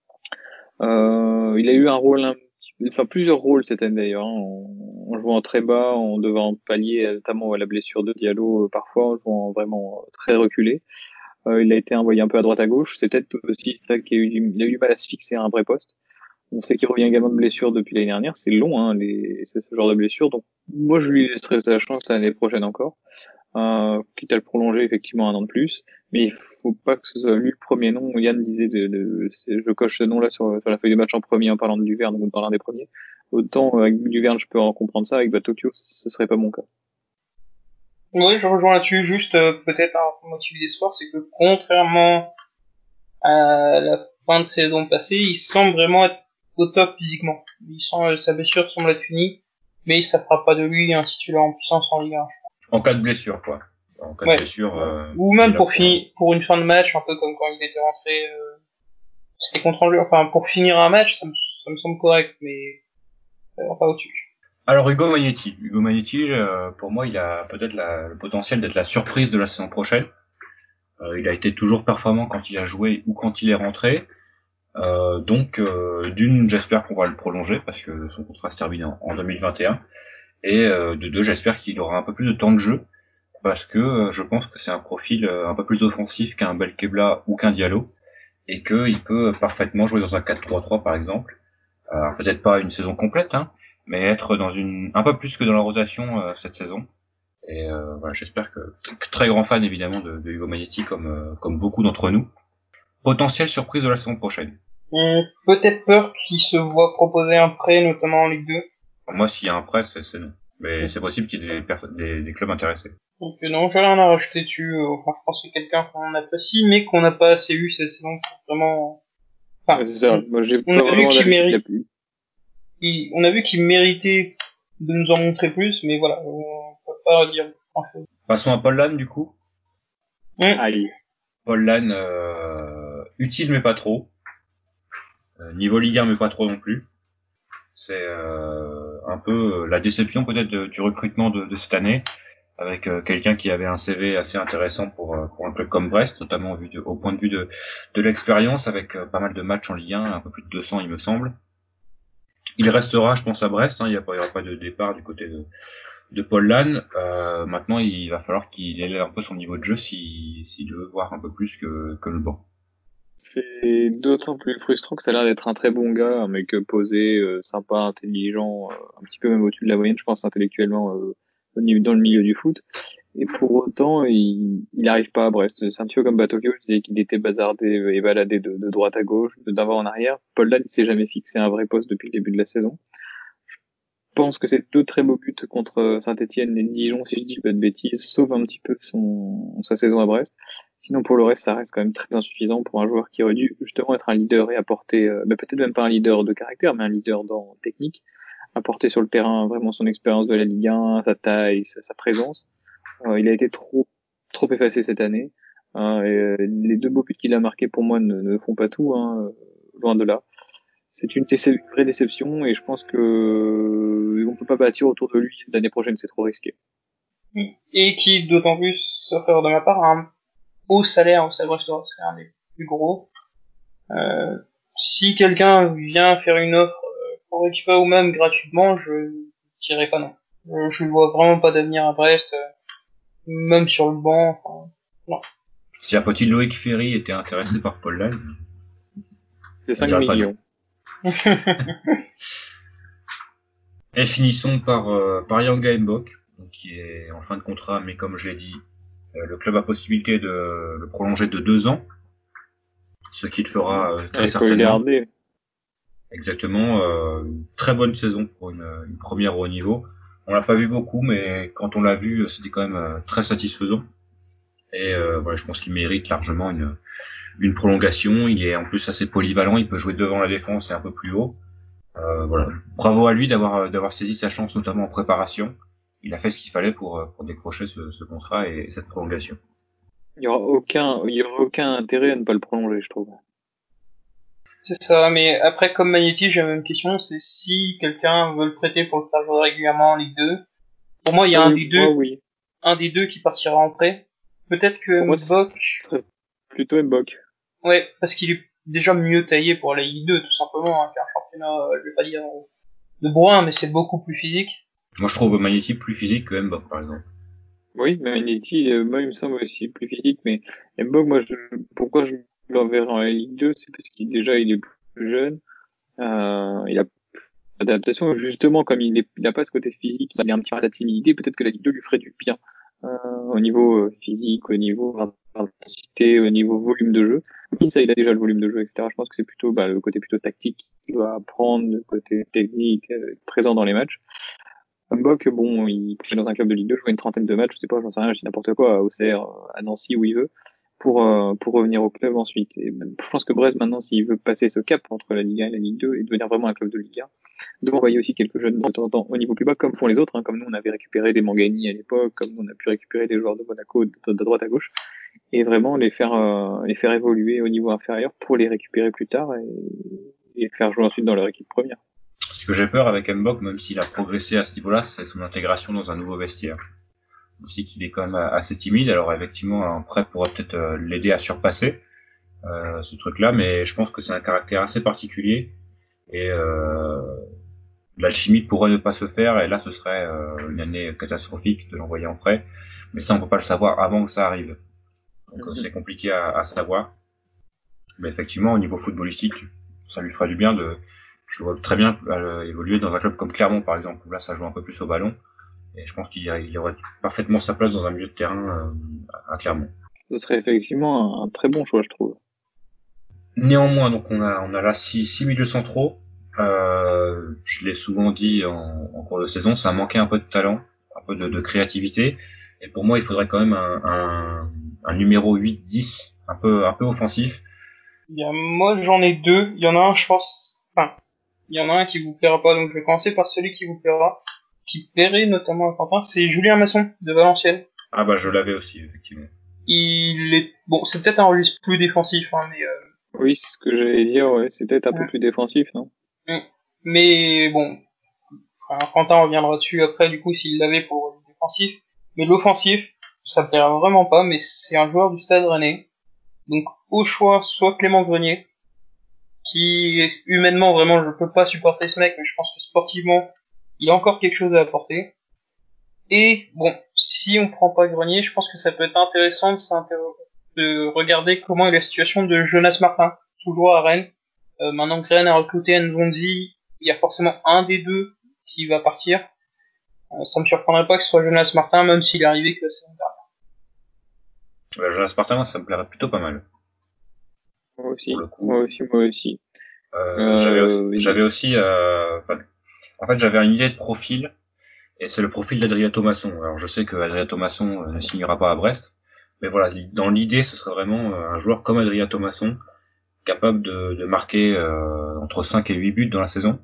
[SPEAKER 2] Il a eu un rôle, enfin plusieurs rôles cette année d'ailleurs, hein, en jouant très bas, en devant pallier notamment à la blessure de Diallo parfois, en jouant vraiment très reculé. Il a été envoyé un peu à droite à gauche. C'est peut-être aussi ça qu'il a il a eu du mal à se fixer à un vrai poste. On sait qu'il revient également de blessure depuis l'année dernière. C'est long, hein, ce genre de blessure. Donc, moi, je lui laisserai sa chance l'année prochaine encore. Quitte à le prolonger effectivement un an de plus. Mais il faut pas que ce soit lui le premier nom. Yann disait je coche ce nom-là sur la feuille de match en premier en parlant de Duverne ou dans l'un des premiers. Autant avec Duverne, je peux en comprendre ça. Avec Batokyo, ce serait pas mon cas.
[SPEAKER 3] Oui, je rejoins là-dessus. Juste peut-être un motif d'espoir, c'est que contrairement à la fin de saison passée, il semble vraiment être au top physiquement. Sa blessure semble être finie, mais ça fera pas de lui un titulaire en puissance en Ligue 1.
[SPEAKER 1] En cas de blessure, quoi. En cas de
[SPEAKER 3] Ouais.
[SPEAKER 1] blessure.
[SPEAKER 3] Ou même pour une fin de match, un peu comme quand il était rentré. C'était contre Angers. Enfin, pour finir un match, ça me semble correct, mais pas au-dessus.
[SPEAKER 1] Alors Hugo Magnetti. Hugo Magnetti, pour moi, il a peut-être le potentiel d'être la surprise de la saison prochaine. Il a été toujours performant quand il a joué ou quand il est rentré. Donc, d'une, j'espère qu'on va le prolonger parce que son contrat se termine en 2021. Et de deux, j'espère qu'il aura un peu plus de temps de jeu. parce que je pense que c'est un profil un peu plus offensif qu'un Belkebla ou qu'un Diallo, et qu'il peut parfaitement jouer dans un 4-3-3 par exemple. Peut-être pas une saison complète, hein, mais être dans un peu plus que dans la rotation cette saison. Et voilà, j'espère que très grand fan évidemment de Hugo Magnetti comme beaucoup d'entre nous. Potentielle surprise de la saison prochaine.
[SPEAKER 3] Peut-être peur qu'il se voit proposer un prêt, notamment en Ligue 2.
[SPEAKER 1] Moi, s'il y a un prêt, c'est non. Mais c'est possible qu'il y ait des clubs intéressés.
[SPEAKER 3] Donc non, j'ai rien à rajouter dessus. Franchement, c'est quelqu'un qu'on apprécie, mais qu'on n'a pas assez eu cette saison pour vraiment. Enfin,
[SPEAKER 2] C'est ça. Moi, j'ai
[SPEAKER 3] on
[SPEAKER 2] pas
[SPEAKER 3] a vu
[SPEAKER 2] vraiment
[SPEAKER 3] qu'il
[SPEAKER 2] d'avis
[SPEAKER 3] mérite.
[SPEAKER 2] là-dessus.
[SPEAKER 3] On a vu qu'il méritait de nous en montrer plus, mais voilà, on peut pas dire grand-chose.
[SPEAKER 1] Passons à Paul Lannes, du coup.
[SPEAKER 2] Aïe.
[SPEAKER 1] Paul Lannes, utile mais pas trop. Niveau Ligue 1 mais pas trop non plus. C'est un peu la déception peut-être du recrutement de cette année, avec quelqu'un qui avait un CV assez intéressant pour un club comme Brest, notamment au point de vue de l'expérience, avec pas mal de matchs en Ligue 1, un peu plus de 200 il me semble. Il restera, je pense, à Brest, hein, il y aura pas de départ du côté de Paul Lannes. Maintenant, il va falloir qu'il élève un peu son niveau de jeu s'il veut voir un peu plus que le banc.
[SPEAKER 2] C'est d'autant plus frustrant que ça a l'air d'être un très bon gars, un mec posé, sympa, intelligent, un petit peu même au-dessus de la moyenne, je pense, intellectuellement, dans le milieu du foot. Et pour autant, il n'arrive pas à Brest. C'est un petit peu comme Batokyo, je disais qu'il était bazardé et baladé de droite à gauche, d'avant en arrière. Paul Lannes, il s'est jamais fixé un vrai poste depuis le début de la saison. Je pense que c'est deux très beaux buts contre Saint-Etienne et Dijon, si je dis pas de bêtises, sauf un petit peu sa saison à Brest. Sinon, pour le reste, ça reste quand même très insuffisant pour un joueur qui aurait dû justement être un leader et apporter, peut-être même pas un leader de caractère, mais un leader dans technique, apporter sur le terrain vraiment son expérience de la Ligue 1, sa taille, sa présence. Il a été trop effacé cette année. Et les deux beaux buts qu'il a marqués pour moi ne font pas tout, hein, loin de là. C'est une vraie déception et je pense que on peut pas bâtir autour de lui l'année prochaine, c'est trop risqué.
[SPEAKER 3] Et qui, d'autant plus, sauf erreur de ma part, a un haut salaire au Stade Brestois, c'est un des plus gros. Si quelqu'un vient faire une offre pour récupérer ou même gratuitement, je dirais pas non. Je vois vraiment pas d'avenir à Brest, même sur le banc. Enfin, non.
[SPEAKER 1] Si un petit Loïc Ferry était intéressé par Paul Lannes,
[SPEAKER 2] C'est
[SPEAKER 1] je
[SPEAKER 2] 5
[SPEAKER 1] dirais pas non.
[SPEAKER 2] millions.
[SPEAKER 1] Et finissons par Yanga Mbok, qui est en fin de contrat, mais comme je l'ai dit, le club a possibilité de le prolonger de 2 ans, ce qu'il fera très
[SPEAKER 2] Il faut le
[SPEAKER 1] certainement.
[SPEAKER 2] garder.
[SPEAKER 1] Exactement, une très bonne saison pour une première au haut niveau. On l'a pas vu beaucoup, mais quand on l'a vu, c'était quand même très satisfaisant. Et voilà, je pense qu'il mérite largement une prolongation. Il est en plus assez polyvalent, il peut jouer devant la défense et un peu plus haut. Voilà, bravo à lui d'avoir saisi sa chance, notamment en préparation. Il a fait ce qu'il fallait pour décrocher ce contrat et cette prolongation.
[SPEAKER 2] Il y aura aucun intérêt à ne pas le prolonger, je trouve.
[SPEAKER 3] C'est ça, mais après, comme Magnetti, j'ai la même question, c'est si quelqu'un veut le prêter pour le faire jouer régulièrement en Ligue 2. Pour moi, il y a
[SPEAKER 2] Oui.
[SPEAKER 3] un des deux qui partira en prêt. Peut-être que
[SPEAKER 2] Pour moi, ce
[SPEAKER 3] Mbok,
[SPEAKER 2] serait plutôt Mbok.
[SPEAKER 3] ouais, parce qu'il est déjà mieux taillé pour la Ligue 2, tout simplement, hein, qu'un championnat, je vais pas dire de bourrin, mais c'est beaucoup plus physique.
[SPEAKER 1] Moi, je trouve Magnetti plus physique que Mbok, par exemple.
[SPEAKER 2] Oui, Manetti, moi, il me semble aussi plus physique, mais Mbok, pourquoi je l'enverrai en Ligue 2, c'est parce qu'il déjà il est plus jeune, il a adaptation, justement, comme il a pas ce côté physique, il a un petit peu de timidité, peut-être que la Ligue 2 lui ferait du bien, au niveau physique, au niveau intensité, au niveau volume de jeu. Oui, ça, il a déjà le volume de jeu, etc. Je pense que c'est plutôt le côté plutôt tactique qu'il doit apprendre, le côté technique présent dans les matchs. Mbok, bon, il fait dans un club de Ligue 2, jouer une trentaine de matchs, je sais pas, j'en sais rien, je dis n'importe quoi, à Auxerre, à Nancy, où il veut, pour revenir au club ensuite. Et même, je pense que Brest, maintenant, s'il veut passer ce cap entre la Ligue 1 et la Ligue 2 et devenir vraiment un club de Ligue 1, doit envoyer aussi quelques jeunes de temps en temps au niveau plus bas, comme font les autres, hein, comme nous on avait récupéré des Mangani à l'époque, comme nous on a pu récupérer des joueurs de Monaco de droite à gauche, et vraiment les faire évoluer au niveau inférieur pour les récupérer plus tard et faire jouer ensuite dans leur équipe première.
[SPEAKER 1] Ce que j'ai peur avec Mbok, même s'il a progressé à ce niveau-là, c'est son intégration dans un nouveau vestiaire. Aussi qu'il est quand même assez timide, alors effectivement un prêt pourrait peut-être l'aider à surpasser ce truc-là, mais je pense que c'est un caractère assez particulier et l'alchimie pourrait ne pas se faire, et là ce serait une année catastrophique de l'envoyer en prêt. Mais ça, on peut pas le savoir avant que ça arrive. Donc c'est compliqué à savoir. Mais effectivement, au niveau footballistique, ça lui fera du bien je vois très bien évoluer dans un club comme Clermont, par exemple, où là ça joue un peu plus au ballon. Et je pense il aurait parfaitement sa place dans un milieu de terrain à Clermont.
[SPEAKER 2] Ce serait effectivement un très bon choix, je trouve.
[SPEAKER 1] Néanmoins, donc on a là six milieux centraux. Je l'ai souvent dit en cours de saison, ça manquait un peu de talent, un peu de créativité. Et pour moi, il faudrait quand même un numéro 8-10, un peu offensif.
[SPEAKER 3] Moi, j'en ai deux. Il y en a un, je pense. Enfin, il y en a un qui vous plaira pas, donc je vais commencer par celui qui vous plaira, qui plairait notamment à Quentin. C'est Julien Masson de Valenciennes.
[SPEAKER 1] Ah bah je l'avais aussi, effectivement.
[SPEAKER 3] Il est bon, c'est peut-être un registre plus défensif, hein,
[SPEAKER 2] Oui, c'est ce que j'allais dire, ouais. C'est peut-être un peu plus défensif, non?
[SPEAKER 3] mais bon, enfin, Quentin reviendra dessus après, du coup, s'il l'avait pour le défensif. Mais l'offensif, ça me plaira vraiment pas, mais c'est un joueur du Stade Rennais. Donc, au choix, soit Clément Grenier, qui, humainement, vraiment, je peux pas supporter ce mec, mais je pense que sportivement, il a encore quelque chose à apporter. Et, bon, si on prend pas Grenier, je pense que ça peut être intéressant de regarder comment est la situation de Jonas Martin, toujours à Rennes. Maintenant que Rennes a recruté Nzonzi, il y a forcément un des deux qui va partir. Ça me surprendrait pas que ce soit Jonas Martin, même s'il est arrivé que la saison
[SPEAKER 1] Jonas Martin, ça me plairait plutôt pas mal.
[SPEAKER 2] Moi aussi,
[SPEAKER 1] Pour le coup.
[SPEAKER 2] moi aussi, moi aussi.
[SPEAKER 1] J'avais aussi en fait, j'avais une idée de profil, et c'est le profil d'Adrien Thomasson. Alors je sais que Adrien Thomasson ne signera pas à Brest, mais voilà, dans l'idée, ce serait vraiment un joueur comme Adrien Thomasson, capable de marquer entre 5 et 8 buts dans la saison,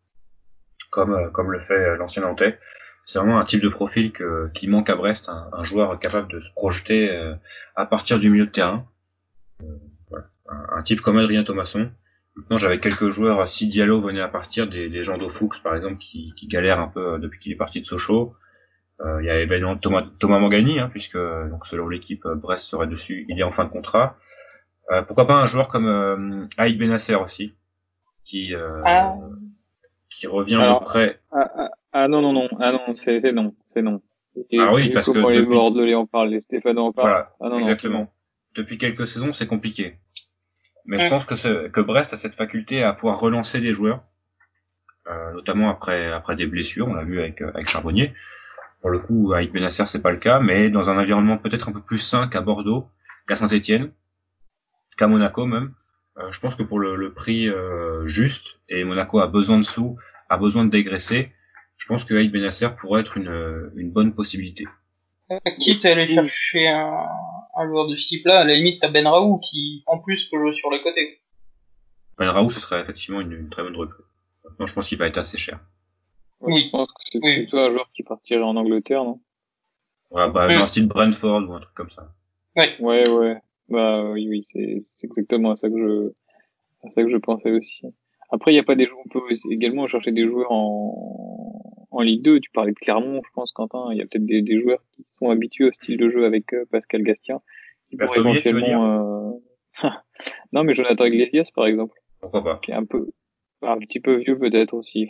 [SPEAKER 1] comme le fait l'ancien Nantais. C'est vraiment un type de profil qui manque à Brest, un joueur capable de se projeter à partir du milieu de terrain. Voilà. Un type comme Adrien Thomasson. Maintenant, j'avais quelques joueurs, si Diallo venait à partir, des gens d'Ofux par exemple, qui galèrent un peu depuis qu'il est parti de Sochaux. Il y avait évidemment Thomas Mangani, hein, puisque donc selon l'équipe, Brest serait dessus, il est en fin de contrat. Pourquoi pas un joueur comme Aïd Benasser aussi, qui, euh,
[SPEAKER 3] Ah,
[SPEAKER 1] qui revient de
[SPEAKER 2] Alors,
[SPEAKER 1] près.
[SPEAKER 2] non, non, non, non, c'est non, c'est non. Et
[SPEAKER 1] Ah oui,
[SPEAKER 2] vu
[SPEAKER 1] parce que
[SPEAKER 2] comment les
[SPEAKER 1] depuis,
[SPEAKER 2] Bordelais en parlent, les Stéphanois en parlent,
[SPEAKER 1] voilà,
[SPEAKER 2] ah non, non, c'est non.
[SPEAKER 1] exactement. Depuis quelques saisons, c'est compliqué. Mais je
[SPEAKER 3] hum.
[SPEAKER 1] pense que Brest a cette faculté à pouvoir relancer des joueurs, notamment après des blessures. On l'a vu avec Charbonnier. Pour le coup, avec Benasser, c'est pas le cas, mais dans un environnement peut-être un peu plus sain qu'à Bordeaux, qu'à Saint-Etienne, qu'à Monaco même. Je pense que pour le prix juste, et Monaco a besoin de sous, a besoin de dégraisser, je pense que Aïd Benasser pourrait être une bonne possibilité.
[SPEAKER 3] Quitte à aller chercher un joueur de ce type-là, à la limite, t'as Ben Raoult qui, en plus, peut jouer sur les côtés.
[SPEAKER 1] Ben Raoult, ce serait effectivement une très bonne recrue. Maintenant, je pense qu'il va être assez cher.
[SPEAKER 2] Ouais, je pense que c'est
[SPEAKER 3] Oui.
[SPEAKER 2] plutôt un joueur qui partirait en Angleterre, non?
[SPEAKER 1] Ouais, bah, dans un style Brentford ou un truc comme ça.
[SPEAKER 3] Ouais.
[SPEAKER 2] Ouais. Bah oui, oui, c'est exactement à ça que je pensais aussi. Après, il y a pas des joueurs, on peut également chercher des joueurs en Ligue 2. Tu parlais de Clermont, je pense, Quentin. Il y a peut-être des joueurs qui sont habitués au style de jeu avec Pascal Gastien, qui pourraient
[SPEAKER 1] Berthomier, tu veux dire?
[SPEAKER 2] Non, mais Jonathan Iglesias, par exemple,
[SPEAKER 1] Pourquoi pas?
[SPEAKER 2] qui est un petit peu vieux peut-être aussi.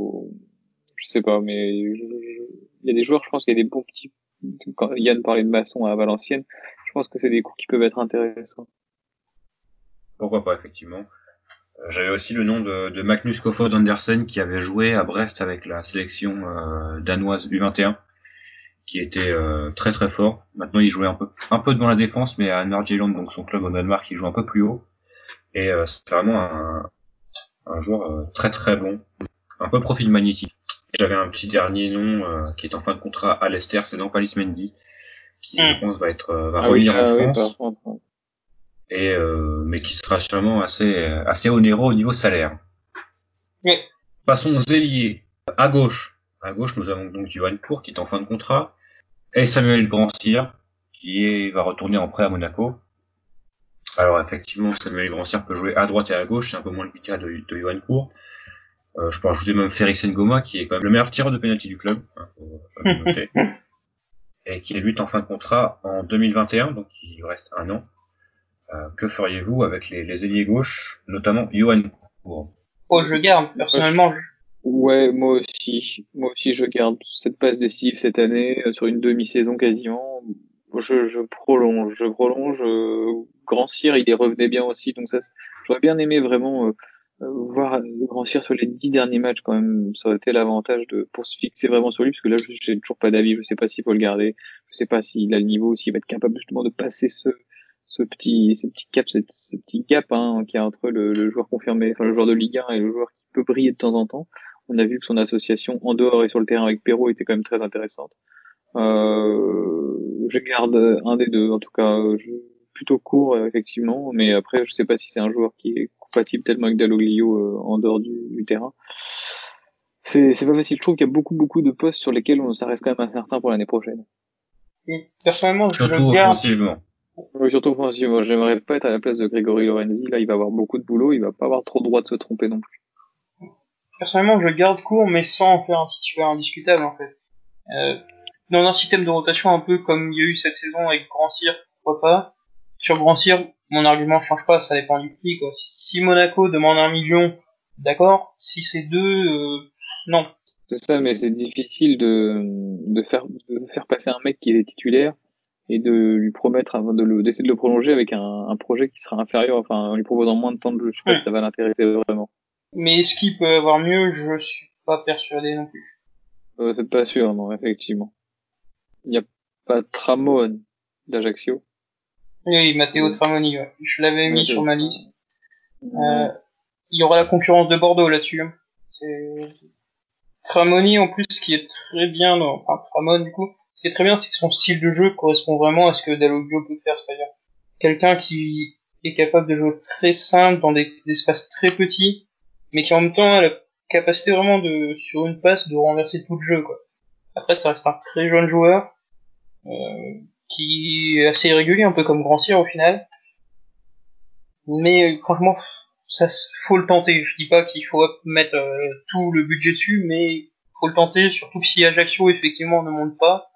[SPEAKER 2] Je sais pas, mais il y a des joueurs, je pense qu'il y a des bons petits. Quand Yann parlait de Masson à Valenciennes, je pense que c'est des coups qui peuvent être intéressants.
[SPEAKER 1] Pourquoi pas, effectivement. J'avais aussi le nom de Magnus Kofod Andersen qui avait joué à Brest avec la sélection danoise U21, qui était très très fort. Maintenant, il jouait un peu devant la défense, mais à Nordjylland, donc son club au Danemark, il joue un peu plus haut. Et c'est vraiment un joueur très très bon, un peu profil magnétique. J'avais un petit dernier nom qui est en fin de contrat à Leicester, c'est Nampalys Mendy, qui je pense va revenir en
[SPEAKER 2] Oui, par
[SPEAKER 1] France,
[SPEAKER 2] contre.
[SPEAKER 1] et mais qui sera sûrement assez onéreux au niveau salaire.
[SPEAKER 3] Mais,
[SPEAKER 1] Passons aux ailiers. À gauche. À gauche, nous avons donc Johan Cour qui est en fin de contrat, et Samuel Grandcir va retourner en prêt à Monaco. Alors effectivement, Samuel Grandcir peut jouer à droite et à gauche, c'est un peu moins le cas de Johan Cour. Je peux rajouter même Félix Ngoma, qui est quand même le meilleur tireur de penalty du club, hein, faut le noter, et qui débute en fin de contrat en 2021, donc il lui reste un an. Que feriez-vous avec les ailiers gauche, notamment Johan Cour?
[SPEAKER 3] je garde.
[SPEAKER 2] Moi,
[SPEAKER 3] Personnellement,
[SPEAKER 2] Ouais, moi aussi, je garde cette passe décisive cette année sur une demi-saison quasiment. Je prolonge. Grand Cyr, il y revenait bien aussi, donc j'aurais bien aimé vraiment voir Grand Cyr sur les 10 derniers matchs quand même. Ça aurait été l'avantage pour se fixer vraiment sur lui, parce que là, j'ai toujours pas d'avis. Je sais pas s'il faut le garder, je sais pas s'il a le niveau, s'il va être capable justement de passer ce petit cap, ce petit gap qu'il y a entre le joueur confirmé, enfin le joueur de Ligue 1 et le joueur qui peut briller de temps en temps. On a vu que son association en dehors et sur le terrain avec Perrault était quand même très intéressante. Je garde un des deux, en tout cas, plutôt court effectivement, mais après je sais pas si c'est un joueur qui est compatible tellement avec Dalloglio en dehors du terrain. C'est pas facile. Je trouve qu'il y a beaucoup de postes sur lesquels ça reste quand même incertain pour l'année prochaine.
[SPEAKER 3] Et personnellement, je
[SPEAKER 1] Surtout
[SPEAKER 3] le garde.
[SPEAKER 1] offensivement.
[SPEAKER 2] Oui, surtout offensivement. J'aimerais pas être à la place de Grégory Lorenzi. Là, il va avoir beaucoup de boulot. Il va pas avoir trop le droit de se tromper non plus.
[SPEAKER 3] Personnellement, je le garde court, mais sans en faire un titulaire indiscutable en fait. Euh, dans un système de rotation un peu comme il y a eu cette saison avec Grand Cyr, pourquoi pas. Sur Grand Cyr, mon argument change pas, ça dépend du prix, quoi. Si Monaco demande 1 million, d'accord. Si c'est 2, non.
[SPEAKER 2] C'est ça, mais c'est difficile de faire passer un mec qui est titulaire et de lui promettre d'essayer de le prolonger avec un projet qui sera inférieur, enfin, en lui proposant moins de temps de jeu. Je sais pas si
[SPEAKER 3] Hum.
[SPEAKER 2] ça va l'intéresser vraiment.
[SPEAKER 3] Mais est-ce qu'il peut avoir mieux? Je suis pas persuadé non plus.
[SPEAKER 2] C'est pas sûr, non, effectivement. Il n'y a pas Tramon d'Ajaccio.
[SPEAKER 3] Oui, Matteo
[SPEAKER 2] Euh,
[SPEAKER 3] Tramoni, ouais. Je l'avais mis sur ma liste. Euh,
[SPEAKER 2] Ouais.
[SPEAKER 3] il y aura la concurrence de Bordeaux là-dessus, hein. C'est Tramoni en plus, ce qui est très bien, enfin Tramon du coup, ce qui est très bien, c'est que son style de jeu correspond vraiment à ce que Dalloglio peut faire, c'est-à-dire quelqu'un qui est capable de jouer très simple dans des espaces très petits, mais qui en même temps a la capacité vraiment de, sur une passe, de renverser tout le jeu, quoi. Après, ça reste un très jeune joueur, qui est assez irrégulier, un peu comme Grand Cyr au final, mais franchement, faut le tenter. Je dis pas qu'il faut mettre tout le budget dessus, mais faut le tenter, surtout que si Ajaccio effectivement ne monte pas,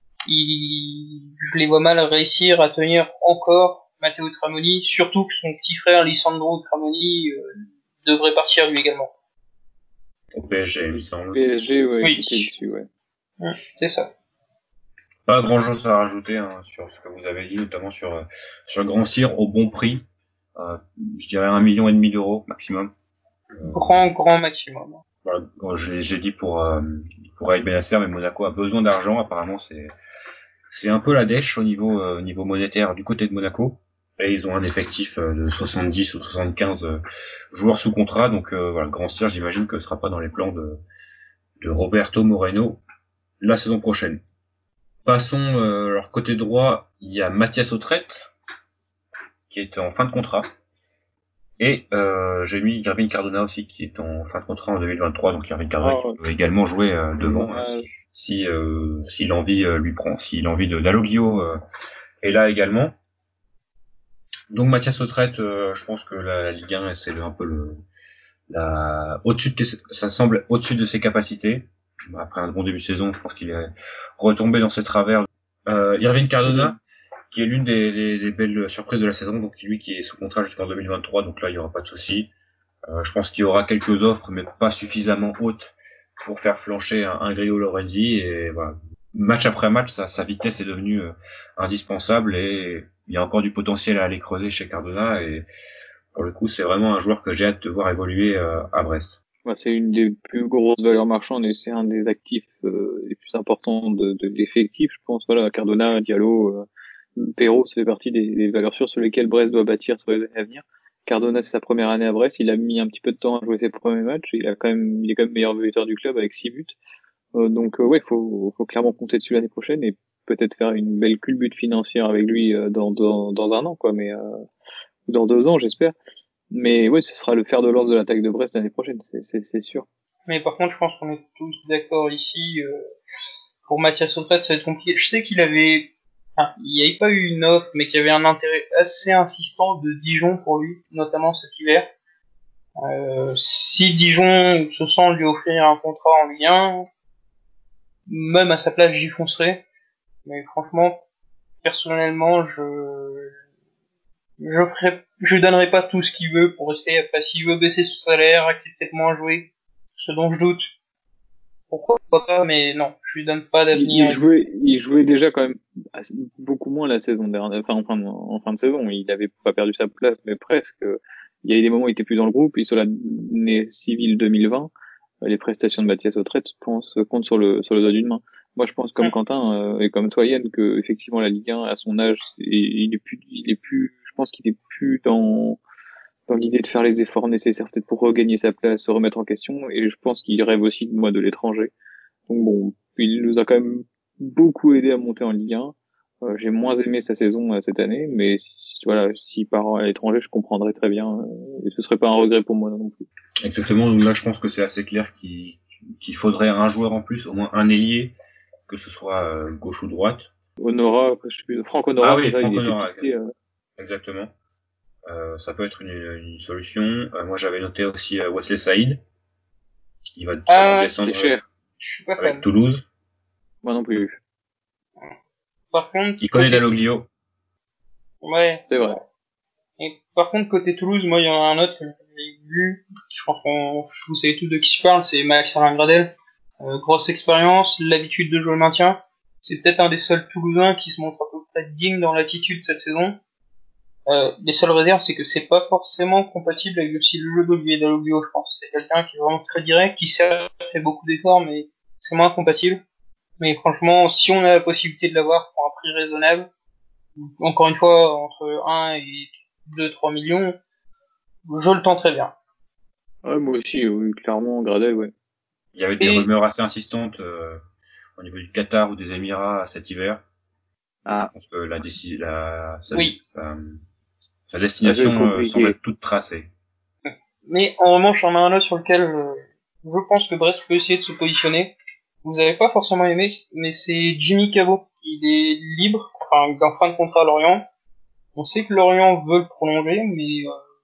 [SPEAKER 3] je les vois mal réussir à tenir encore Matteo Tramoni, surtout que son petit frère Lisandro Tramoni devrait partir lui également.
[SPEAKER 1] Au PSG, il me semble.
[SPEAKER 2] PSG, ouais,
[SPEAKER 3] Oui,
[SPEAKER 2] qui était dessus, ouais.
[SPEAKER 3] c'est ça.
[SPEAKER 1] Pas grand chose à rajouter sur ce que vous avez dit, notamment sur Grand Cyr au bon prix. Je dirais 1,5 million d'euros maximum.
[SPEAKER 3] Grand maximum.
[SPEAKER 1] Voilà, bon, j'ai dit pour Aït Benasser, mais Monaco a besoin d'argent. Apparemment, c'est un peu la dèche au niveau monétaire du côté de Monaco. Et ils ont un effectif de 70 ou 75 joueurs sous contrat. Donc voilà, Grand Cyr, j'imagine que ce sera pas dans les plans de Roberto Moreno la saison prochaine. Passons leur côté droit, il y a Mathias Autrette qui est en fin de contrat. Et j'ai mis Irving Cardona aussi qui est en fin de contrat en 2023. Donc Irving Cardona qui
[SPEAKER 2] Ah,
[SPEAKER 1] peut également jouer devant
[SPEAKER 2] dommage.
[SPEAKER 1] si l'envie lui prend, si l'envie de Dalloglio est là également. Donc Mathias Autrette, je pense que la Ligue 1 c'est un peu ça semble au-dessus de ses capacités. Après un bon début de saison, je pense qu'il est retombé dans ses travers. Irving Cardona,
[SPEAKER 2] Mm.
[SPEAKER 1] qui est l'une des belles surprises de la saison, donc lui qui est sous contrat jusqu'en 2023, donc là il n'y aura pas de souci. Je pense qu'il y aura quelques offres, mais pas suffisamment hautes pour faire flancher un Grillo Lorenzi. Et voilà, match après match, sa vitesse est devenue indispensable et il y a encore du potentiel à aller creuser chez Cardona. Et pour le coup, c'est vraiment un joueur que j'ai hâte de voir évoluer à Brest.
[SPEAKER 2] Ouais, c'est une des plus grosses valeurs marchandes et c'est un des actifs les plus importants de l'effectif, je pense. Voilà, Cardona, Diallo, Perrault, ça fait partie des valeurs sûres sur lesquelles Brest doit bâtir sur les années à venir. Cardona, c'est sa première année à Brest. Il a mis un petit peu de temps à jouer ses premiers matchs. Il est quand même meilleur buteur du club avec 6 buts. Donc, ouais, faut clairement compter dessus l'année prochaine et peut-être faire une belle culbute financière avec lui dans un an, quoi. Mais dans 2 ans, j'espère. Mais oui, ce sera le fer de lance de l'attaque de Brest l'année prochaine, c'est sûr.
[SPEAKER 3] Mais par contre, je pense qu'on est tous d'accord ici. Pour Mathias Autrette, ça va être compliqué. Je sais qu'il avait, enfin, il n'y avait pas eu une offre, mais qu'il y avait un intérêt assez insistant de Dijon pour lui, notamment cet hiver. Si Dijon se sent lui offrir un contrat en Ligue 1, même à sa place, j'y foncerai. Mais franchement, personnellement, je donnerai pas tout ce qu'il veut pour rester. Après, s'il veut baisser son salaire, accepter de moins jouer, ce dont je doute. Pourquoi pas, mais non, je lui donne pas d'avenir.
[SPEAKER 2] Il jouait déjà quand même beaucoup moins la saison dernière, enfin en fin de saison. Il avait pas perdu sa place, mais presque. Il y a eu des moments où il était plus dans le groupe, et sur l'année civile 2020, les prestations de Mathias Autrette, je pense, comptent sur le doigt d'une main. Moi, je pense comme Quentin et comme toi, Yann, que effectivement la Ligue 1 à son âge, il est plus, je pense qu'il est plus dans l'idée de faire les efforts nécessaires peut-être pour regagner sa place, se remettre en question, et je pense qu'il rêve aussi de l'étranger. Donc bon, il nous a quand même beaucoup aidé à monter en Ligue 1. J'ai moins aimé sa saison cette année, mais voilà, s'il part à l'étranger, je comprendrais très bien, et ce serait pas un regret pour moi non plus.
[SPEAKER 1] Exactement, donc là je pense que c'est assez clair qu'il faudrait un joueur en plus, au moins un ailier, que ce soit gauche ou droite.
[SPEAKER 2] Honora, Franck Honora,
[SPEAKER 1] oui,
[SPEAKER 2] c'est ça,
[SPEAKER 1] Franck
[SPEAKER 2] il était
[SPEAKER 1] Honora,
[SPEAKER 2] pisté.
[SPEAKER 1] exactement. Ça peut être une solution. Moi j'avais noté aussi Wesley Saïd, qui va sûrement descendre
[SPEAKER 2] C'est cher.
[SPEAKER 3] Je suis pas
[SPEAKER 1] avec
[SPEAKER 3] fan.
[SPEAKER 1] Toulouse.
[SPEAKER 2] Moi non plus.
[SPEAKER 3] Par contre,
[SPEAKER 1] Il connaît Dalloglio.
[SPEAKER 3] Ouais.
[SPEAKER 2] C'est vrai.
[SPEAKER 3] Et par contre, côté Toulouse, moi, il y en a un autre que j'ai vu. Je pense que vous savez tous de qui je parle, c'est Max Gradel. Grosse expérience, l'habitude de jouer au maintien. C'est peut-être un des seuls Toulousains qui se montre à peu près digne dans l'attitude cette saison. Les seules réserves, c'est que c'est pas forcément compatible avec le style de jeu d'Olivier Dalloglio, je pense. C'est quelqu'un qui est vraiment très direct, qui certes fait beaucoup d'efforts, mais c'est moins compatible. Mais franchement, si on a la possibilité de l'avoir pour un prix raisonnable, encore une fois, entre 1 et 2-3 millions, je le tente très bien.
[SPEAKER 2] Ouais, moi aussi, oui, clairement, Gradel, ouais.
[SPEAKER 1] Il y avait des rumeurs assez insistantes au niveau du Qatar ou des Émirats cet hiver. Je pense que sa destination semble être toute tracée.
[SPEAKER 3] Mais en revanche, j'en ai un autre sur lequel je pense que Brest peut essayer de se positionner. Vous n'avez pas forcément aimé, mais c'est Jimmy Cabot. Il est libre, enfin, il est en fin de contrat à Lorient. On sait que Lorient veut le prolonger, mais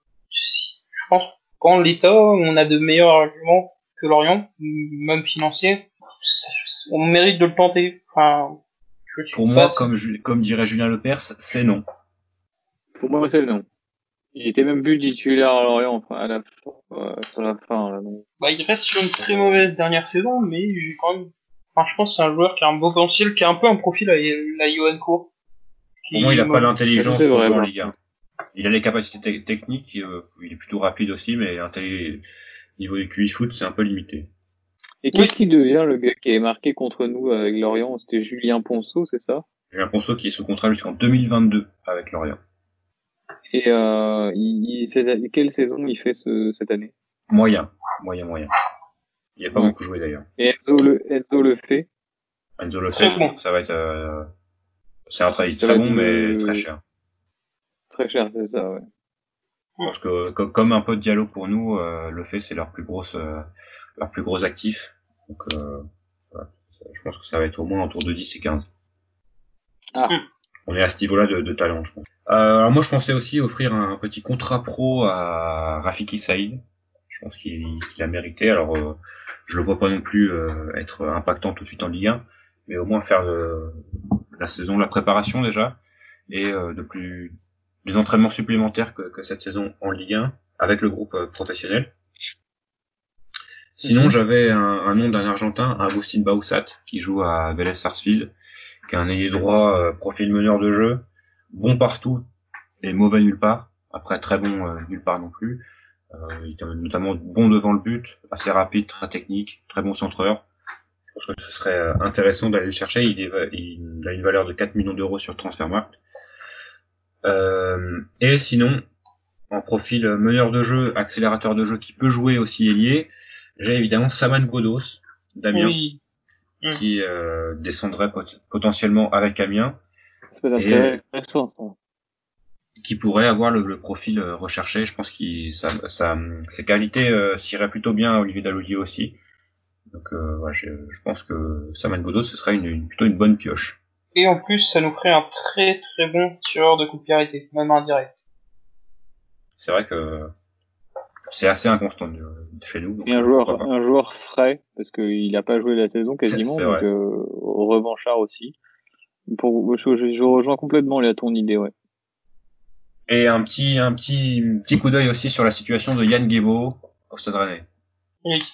[SPEAKER 3] je pense qu'en l'état, on a de meilleurs arguments que Lorient, même financiers. On mérite de le tenter. Enfin,
[SPEAKER 1] pour moi, comme dirait Julien Lepers, c'est non.
[SPEAKER 2] Pour moi, c'est non. Il était même plus titulaire à Lorient, enfin, à la sur la fin. Là, donc.
[SPEAKER 3] Bah, il reste sur une très mauvaise dernière saison, mais j'ai quand même. Enfin, je pense que c'est un joueur qui a un beau potentiel, qui a un peu un profil à la Johan Cour.
[SPEAKER 1] Pour moi, il n'a pas l'intelligence
[SPEAKER 2] pour
[SPEAKER 1] jouer en Ligue 1. Il a les capacités techniques, il est plutôt rapide aussi, mais niveau du QI foot, c'est un peu limité.
[SPEAKER 2] Et qu'est-ce qui devient le gars qui est marqué contre nous avec Lorient? C'était Julien Ponceau, c'est ça?
[SPEAKER 1] Julien Ponceau qui est sous contrat jusqu'en 2022 avec Lorient.
[SPEAKER 2] Et quelle saison il fait cette année?
[SPEAKER 1] Moyen. Il n'a pas beaucoup joué d'ailleurs.
[SPEAKER 2] Et Enzo le fait.
[SPEAKER 1] Enzo le fait, bon. Ça va être c'est un travail très bon, mais très cher.
[SPEAKER 2] Très cher, c'est ça, ouais.
[SPEAKER 1] Je pense que comme un peu de Diallo pour nous, le fait c'est leur plus gros actif. Donc voilà. Je pense que ça va être au moins autour de 10 et 15.
[SPEAKER 2] Ah.
[SPEAKER 1] On est à ce niveau-là de talent, je pense. Alors moi, je pensais aussi offrir un petit contrat pro à Rafiki Saïd. Je pense qu'il a mérité. Alors, je le vois pas non plus être impactant tout de suite en Ligue 1, mais au moins faire la saison, la préparation déjà, et des entraînements supplémentaires que cette saison en Ligue 1 avec le groupe professionnel. Sinon, j'avais un nom d'un Argentin, Agustin Bausat, qui joue à Vélez Sarsfield, qui est un ailier droit, profil meneur de jeu, bon partout et mauvais nulle part. Après, très bon nulle part non plus. Il est notamment bon devant le but, assez rapide, très technique, très bon centreur. Je pense que ce serait intéressant d'aller le chercher. Il a une valeur de 4 millions d'euros sur Transfermarkt. Et sinon, en profil meneur de jeu, accélérateur de jeu qui peut jouer aussi ailier, j'ai évidemment Saman Ghoddos d'Amiens, qui descendrait potentiellement avec Amiens.
[SPEAKER 2] Ça peut être intéressant, ça.
[SPEAKER 1] Qui pourrait avoir le profil recherché. Je pense que ses qualités s'iraient plutôt bien à Olivier Dalloglio aussi. Donc ouais, je pense que Saman Ghoddos, ce serait plutôt une bonne pioche.
[SPEAKER 3] Et en plus, ça nous ferait un très très bon tireur de coup de pied arrêté, même indirect.
[SPEAKER 1] C'est vrai que c'est assez inconstant chez nous. Donc,
[SPEAKER 2] et un joueur frais, parce qu'il n'a pas joué la saison quasiment, donc revanchard aussi. Je rejoins complètement à ton idée, ouais.
[SPEAKER 1] Et un petit coup d'œil aussi sur la situation de Yann Guébo au Stade Rennais.
[SPEAKER 3] Oui.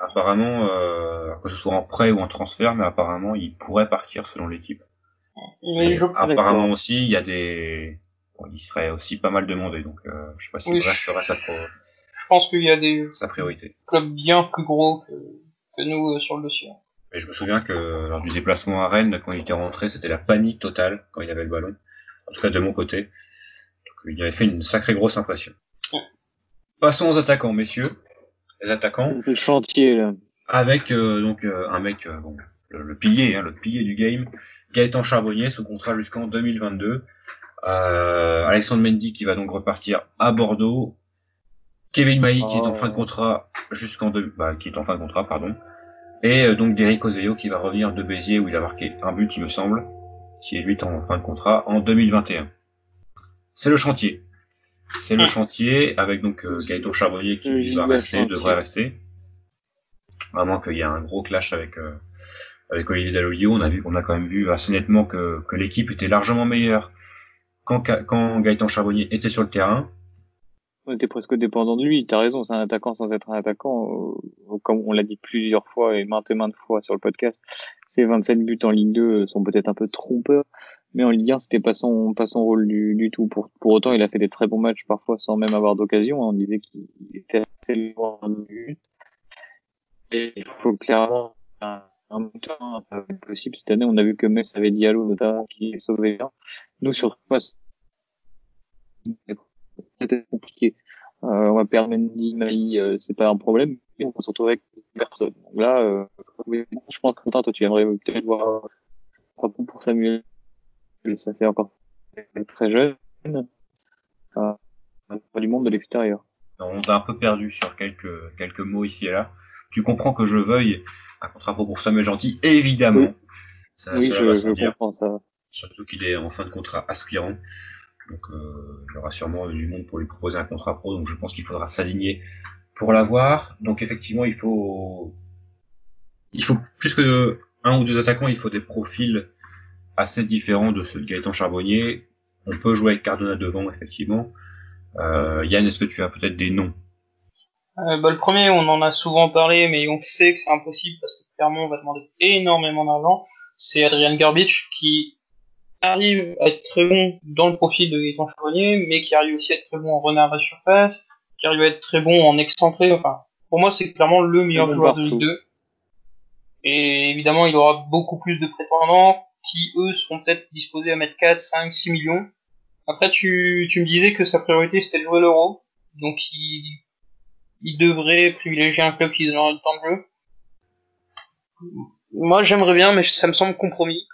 [SPEAKER 1] apparemment, que ce soit en prêt ou en transfert, mais apparemment, il pourrait partir selon l'équipe.
[SPEAKER 3] Mais
[SPEAKER 1] Mais
[SPEAKER 3] je,
[SPEAKER 1] apparemment aussi, il y a bon, il serait aussi pas mal demandé, donc je sais pas si
[SPEAKER 3] oui,
[SPEAKER 1] Brest ferait
[SPEAKER 3] je pense qu'il y a des
[SPEAKER 1] sa priorité.
[SPEAKER 3] clubs bien plus gros que nous sur le dossier.
[SPEAKER 1] Et je me souviens que lors du déplacement à Rennes, quand il était rentré, c'était la panique totale quand il avait le ballon. En tout cas de mon côté. Donc il avait fait une sacrée grosse impression. Passons aux attaquants, messieurs. Les attaquants.
[SPEAKER 2] C'est le chantier, là.
[SPEAKER 1] Avec un mec, bon, le pilier, le pilier du game, Gaëtan Charbonnier, sous contrat jusqu'en 2022. Alexandre Mendy qui va donc repartir à Bordeaux. Kevin Mailly qui est en fin de contrat qui est en fin de contrat, pardon. Et donc Derrick Oseyo qui va revenir de Béziers où il a marqué un but, il me semble, qui est lui en fin de contrat en 2021. C'est le chantier. C'est le chantier avec donc Gaëtan Charbonnier qui va rester, devrait rester. À moins qu'il y ait un gros clash avec Olivier Dalloglio. On a quand même vu assez nettement que l'équipe était largement meilleure quand Gaëtan Charbonnier était sur le terrain.
[SPEAKER 2] On était presque dépendant de lui. T'as raison, c'est un attaquant sans être un attaquant. Comme on l'a dit plusieurs fois et maintes fois sur le podcast, ses 27 buts en Ligue 2 sont peut-être un peu trompeurs, mais en Ligue 1, c'était pas son rôle du tout. Pour autant, il a fait des très bons matchs parfois sans même avoir d'occasion. On disait qu'il était assez loin du but. Et il faut clairement un moteur, ça va être possible. Cette année, on a vu que Metz avait Diallo notamment qui est sauvé. Nous, sur c'était compliqué. On va perdre Mendy, Maï, c'est pas un problème, mais on va se retrouver avec personne. Donc là, oui, je pense que toi, tu aimerais peut-être voir pour Samuel, ça fait encore très jeune, pas du monde de l'extérieur.
[SPEAKER 1] On t'a un peu perdu sur quelques mots ici et là. Tu comprends que je veuille un contrat pro pour Samuel Gentil, évidemment.
[SPEAKER 2] Oui,
[SPEAKER 1] Ça va sans
[SPEAKER 2] je
[SPEAKER 1] dire.
[SPEAKER 2] comprends ça.
[SPEAKER 1] Surtout qu'il est en fin de contrat aspirant. Donc il y aura sûrement du monde pour lui proposer un contrat pro, donc je pense qu'il faudra s'aligner pour l'avoir. Donc effectivement, il faut plus que un ou deux attaquants, il faut des profils assez différents de ceux de Gaëtan Charbonnier. On peut jouer avec Cardona devant, effectivement. Yann, est-ce que tu as peut-être des noms?
[SPEAKER 3] Le premier, on en a souvent parlé, mais on sait que c'est impossible parce que clairement, on va demander énormément d'argent. C'est Adrian Garbic qui arrive à être très bon dans le profil de Gaëtan Charbonnier, mais qui arrive aussi à être très bon en renard à surface, qui arrive à être très bon en excentré. Enfin, pour moi, c'est clairement le meilleur joueur de Ligue 2. Et évidemment, il aura beaucoup plus de prétendants qui, eux, seront peut-être disposés à mettre 4, 5, 6 millions. Après, tu me disais que sa priorité, c'était de jouer l'Euro. Donc, il devrait privilégier un club qui donnerait du temps de jeu. Moi, j'aimerais bien, mais ça me semble compromis.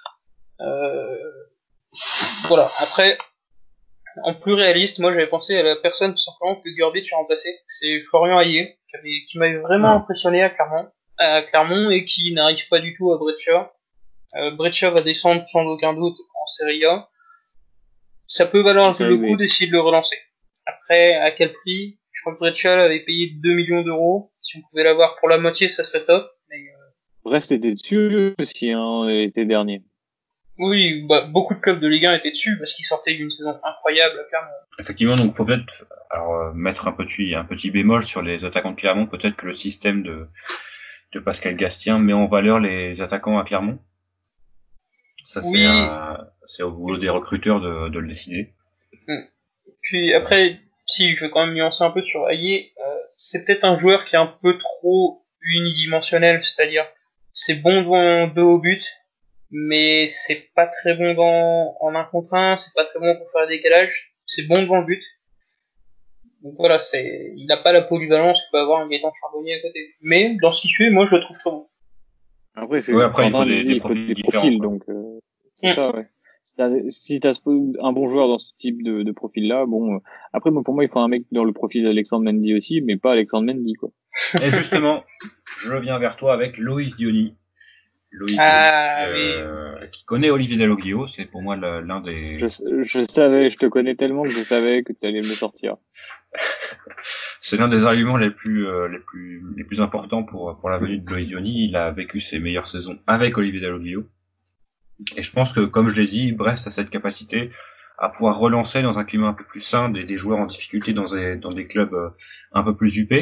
[SPEAKER 3] Voilà. Après, en plus réaliste, moi, j'avais pensé à la personne, tout simplement, que Gurbic a remplacé. C'est Florian Hayé, qui m'avait vraiment impressionné à Clermont, et qui n'arrive pas du tout à Brescia. Brescia va descendre sans aucun doute en Serie A. Ça peut valoir le coup d'essayer de le relancer. Après, à quel prix? Je crois que Brescia avait payé 2 millions d'euros. Si on pouvait l'avoir pour la moitié, ça serait top. Mais
[SPEAKER 2] Brest était dessus aussi, l'été dernier.
[SPEAKER 3] oui, beaucoup de clubs de Ligue 1 étaient dessus parce qu'ils sortaient d'une saison incroyable, clairement.
[SPEAKER 1] Effectivement, donc faut peut-être mettre un petit bémol sur les attaquants de Clermont. Peut-être que le système de Pascal Gastien met en valeur les attaquants à Clermont. Ça,
[SPEAKER 3] oui.
[SPEAKER 1] c'est au boulot des recruteurs de le décider.
[SPEAKER 3] Puis après, si je veux quand même nuancer un peu sur Hayé, c'est peut-être un joueur qui est un peu trop unidimensionnel, c'est-à-dire c'est bon de haut but, mais c'est pas très bon en 1 contre 1, c'est pas très bon pour faire le décalage, c'est bon devant le but. Donc voilà, il n'a pas la polyvalence que peut avoir un Gaëtan Charbonnier à côté. Mais dans ce qu'il fait, moi je le trouve très bon.
[SPEAKER 1] Après, il faut des profils,
[SPEAKER 2] donc c'est ça, ouais. Si t'as un bon joueur dans ce type de profil-là, bon. Après, pour moi, il faut un mec dans le profil d'Alexandre Mendy aussi, mais pas Alexandre Mendy, quoi.
[SPEAKER 1] Et justement, je reviens vers toi avec Loïs Diony. Loïs qui connaît Olivier Dalloglio, c'est pour moi l'un des...
[SPEAKER 2] Je savais, je te connais tellement que je savais que tu allais me le sortir.
[SPEAKER 1] C'est l'un des arguments les plus importants pour la venue de Loïs Diony. Il a vécu ses meilleures saisons avec Olivier Dalloglio. Et je pense que, comme je l'ai dit, Brest a cette capacité à pouvoir relancer dans un climat un peu plus sain des joueurs en difficulté dans des clubs un peu plus huppés.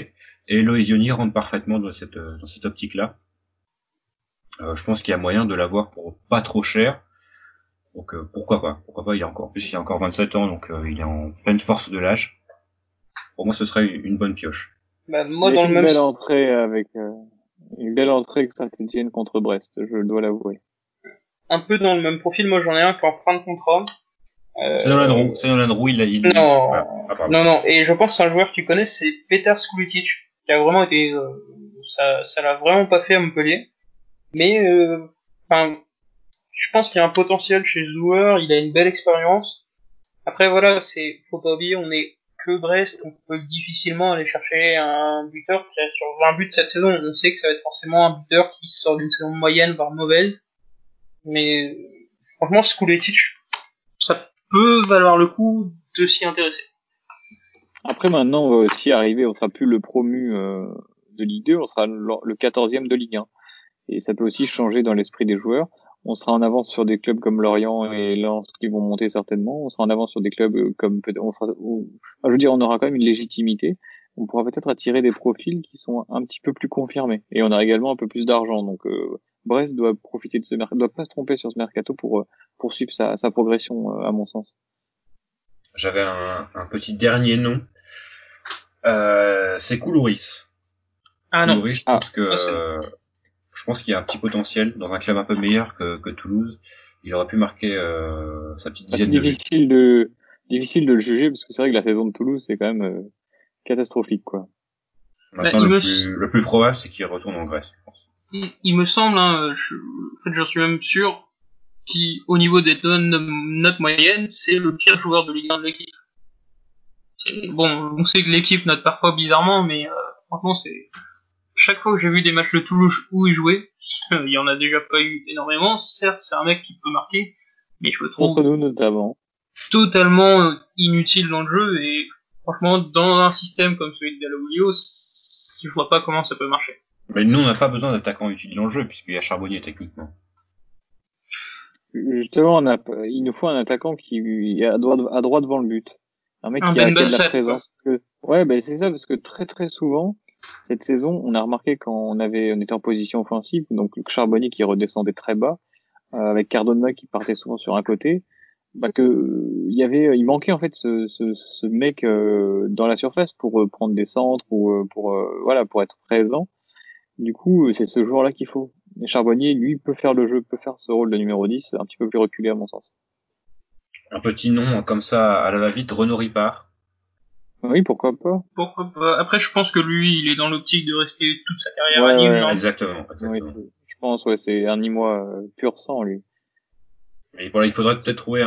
[SPEAKER 1] Et Loïs Ioni rentre parfaitement dans cette optique-là. Je pense qu'il y a moyen de l'avoir pour pas trop cher. Donc pourquoi pas, en plus il a encore 27 ans, donc il est en pleine force de l'âge. Pour moi, ce serait une bonne pioche.
[SPEAKER 3] Bah,
[SPEAKER 2] Il
[SPEAKER 3] moi,
[SPEAKER 2] a
[SPEAKER 3] dans
[SPEAKER 2] fait
[SPEAKER 3] le même
[SPEAKER 2] une belle entrée avec Saint-Étienne contre Brest, je dois l'avouer.
[SPEAKER 3] un peu dans le même profil, moi j'en ai un qui est en fin de contrat.
[SPEAKER 1] C'est Nolan Roux,
[SPEAKER 3] Non,
[SPEAKER 1] voilà.
[SPEAKER 3] non, et je pense que c'est un joueur que tu connais, c'est Petar Skulitic, qui a vraiment été, ça l'a vraiment pas fait à Montpellier, mais enfin, je pense qu'il y a un potentiel chez ce joueur, il a une belle expérience. Après voilà, faut pas oublier, on est que Brest, on peut difficilement aller chercher un buteur qui a sur 20 buts cette saison. On sait que ça va être forcément un buteur qui sort d'une saison moyenne, voire mauvaise, mais franchement, Skulitic, ça peut valoir le coup de s'y intéresser.
[SPEAKER 2] Après, maintenant, on va aussi arriver, on sera plus le promu de Ligue 2, on sera le 14e de Ligue 1. Et ça peut aussi changer dans l'esprit des joueurs. On sera en avance sur des clubs comme Lorient et Lens qui vont monter certainement. On sera en avance sur des clubs comme je veux dire, on aura quand même une légitimité. On pourra peut-être attirer des profils qui sont un petit peu plus confirmés. Et on a également un peu plus d'argent. Donc Brest doit profiter de ce mercato, doit pas se tromper sur ce mercato pour poursuivre sa progression, à mon sens.
[SPEAKER 1] J'avais un petit dernier nom. C'est Koulouris.
[SPEAKER 3] Ah non.
[SPEAKER 1] Koulouris, je pense qu'il y a un petit potentiel dans un club un peu meilleur que Toulouse. Il aurait pu marquer sa petite dizaine de buts.
[SPEAKER 2] Difficile de le juger parce que c'est vrai que la saison de Toulouse c'est quand même catastrophique quoi.
[SPEAKER 1] Maintenant, le plus probable, c'est qu'il retourne en Grèce, je pense.
[SPEAKER 3] Il me semble, hein, en fait, j'en suis même sûr, qu'au niveau des notes moyennes, c'est le pire joueur de Ligue 1 de l'équipe. Bon, on sait que l'équipe note parfois bizarrement, mais franchement, c'est chaque fois que j'ai vu des matchs de Toulouse où il jouait, il y en a déjà pas eu énormément. Certes, c'est un mec qui peut marquer, mais je le trouve
[SPEAKER 2] contre nous notamment
[SPEAKER 3] totalement inutile dans le jeu et franchement, dans un système comme celui de Delaoulio, je vois pas comment ça peut marcher.
[SPEAKER 1] Mais nous, on n'a pas besoin d'attaquants utiles dans le jeu, puisqu'il y a Charbonnier techniquement.
[SPEAKER 2] Justement, il nous faut un attaquant qui est à droit devant le but. Un mec qui a de la présence. Ouais, ben c'est ça, parce que très très souvent, cette saison, on a remarqué quand on était en position offensive, donc Charbonnier qui redescendait très bas, avec Cardona qui partait souvent sur un côté, bah il manquait en fait ce mec dans la surface pour prendre des centres ou pour être présent. Du coup, c'est ce joueur-là qu'il faut. Et Charbonnier, lui, peut faire le jeu, peut faire ce rôle de numéro 10, un petit peu plus reculé à mon sens.
[SPEAKER 1] Un petit nom comme ça à la va-vite, Renaud Ripard.
[SPEAKER 2] Oui, pourquoi pas.
[SPEAKER 3] Pourquoi pas. Après, je pense que lui, il est dans l'optique de rester toute sa carrière à Nîmes.
[SPEAKER 1] Ouais. Exactement.
[SPEAKER 2] Oui, je pense, c'est un Nîmois pur sang, lui.
[SPEAKER 1] Et voilà, il faudrait peut-être trouver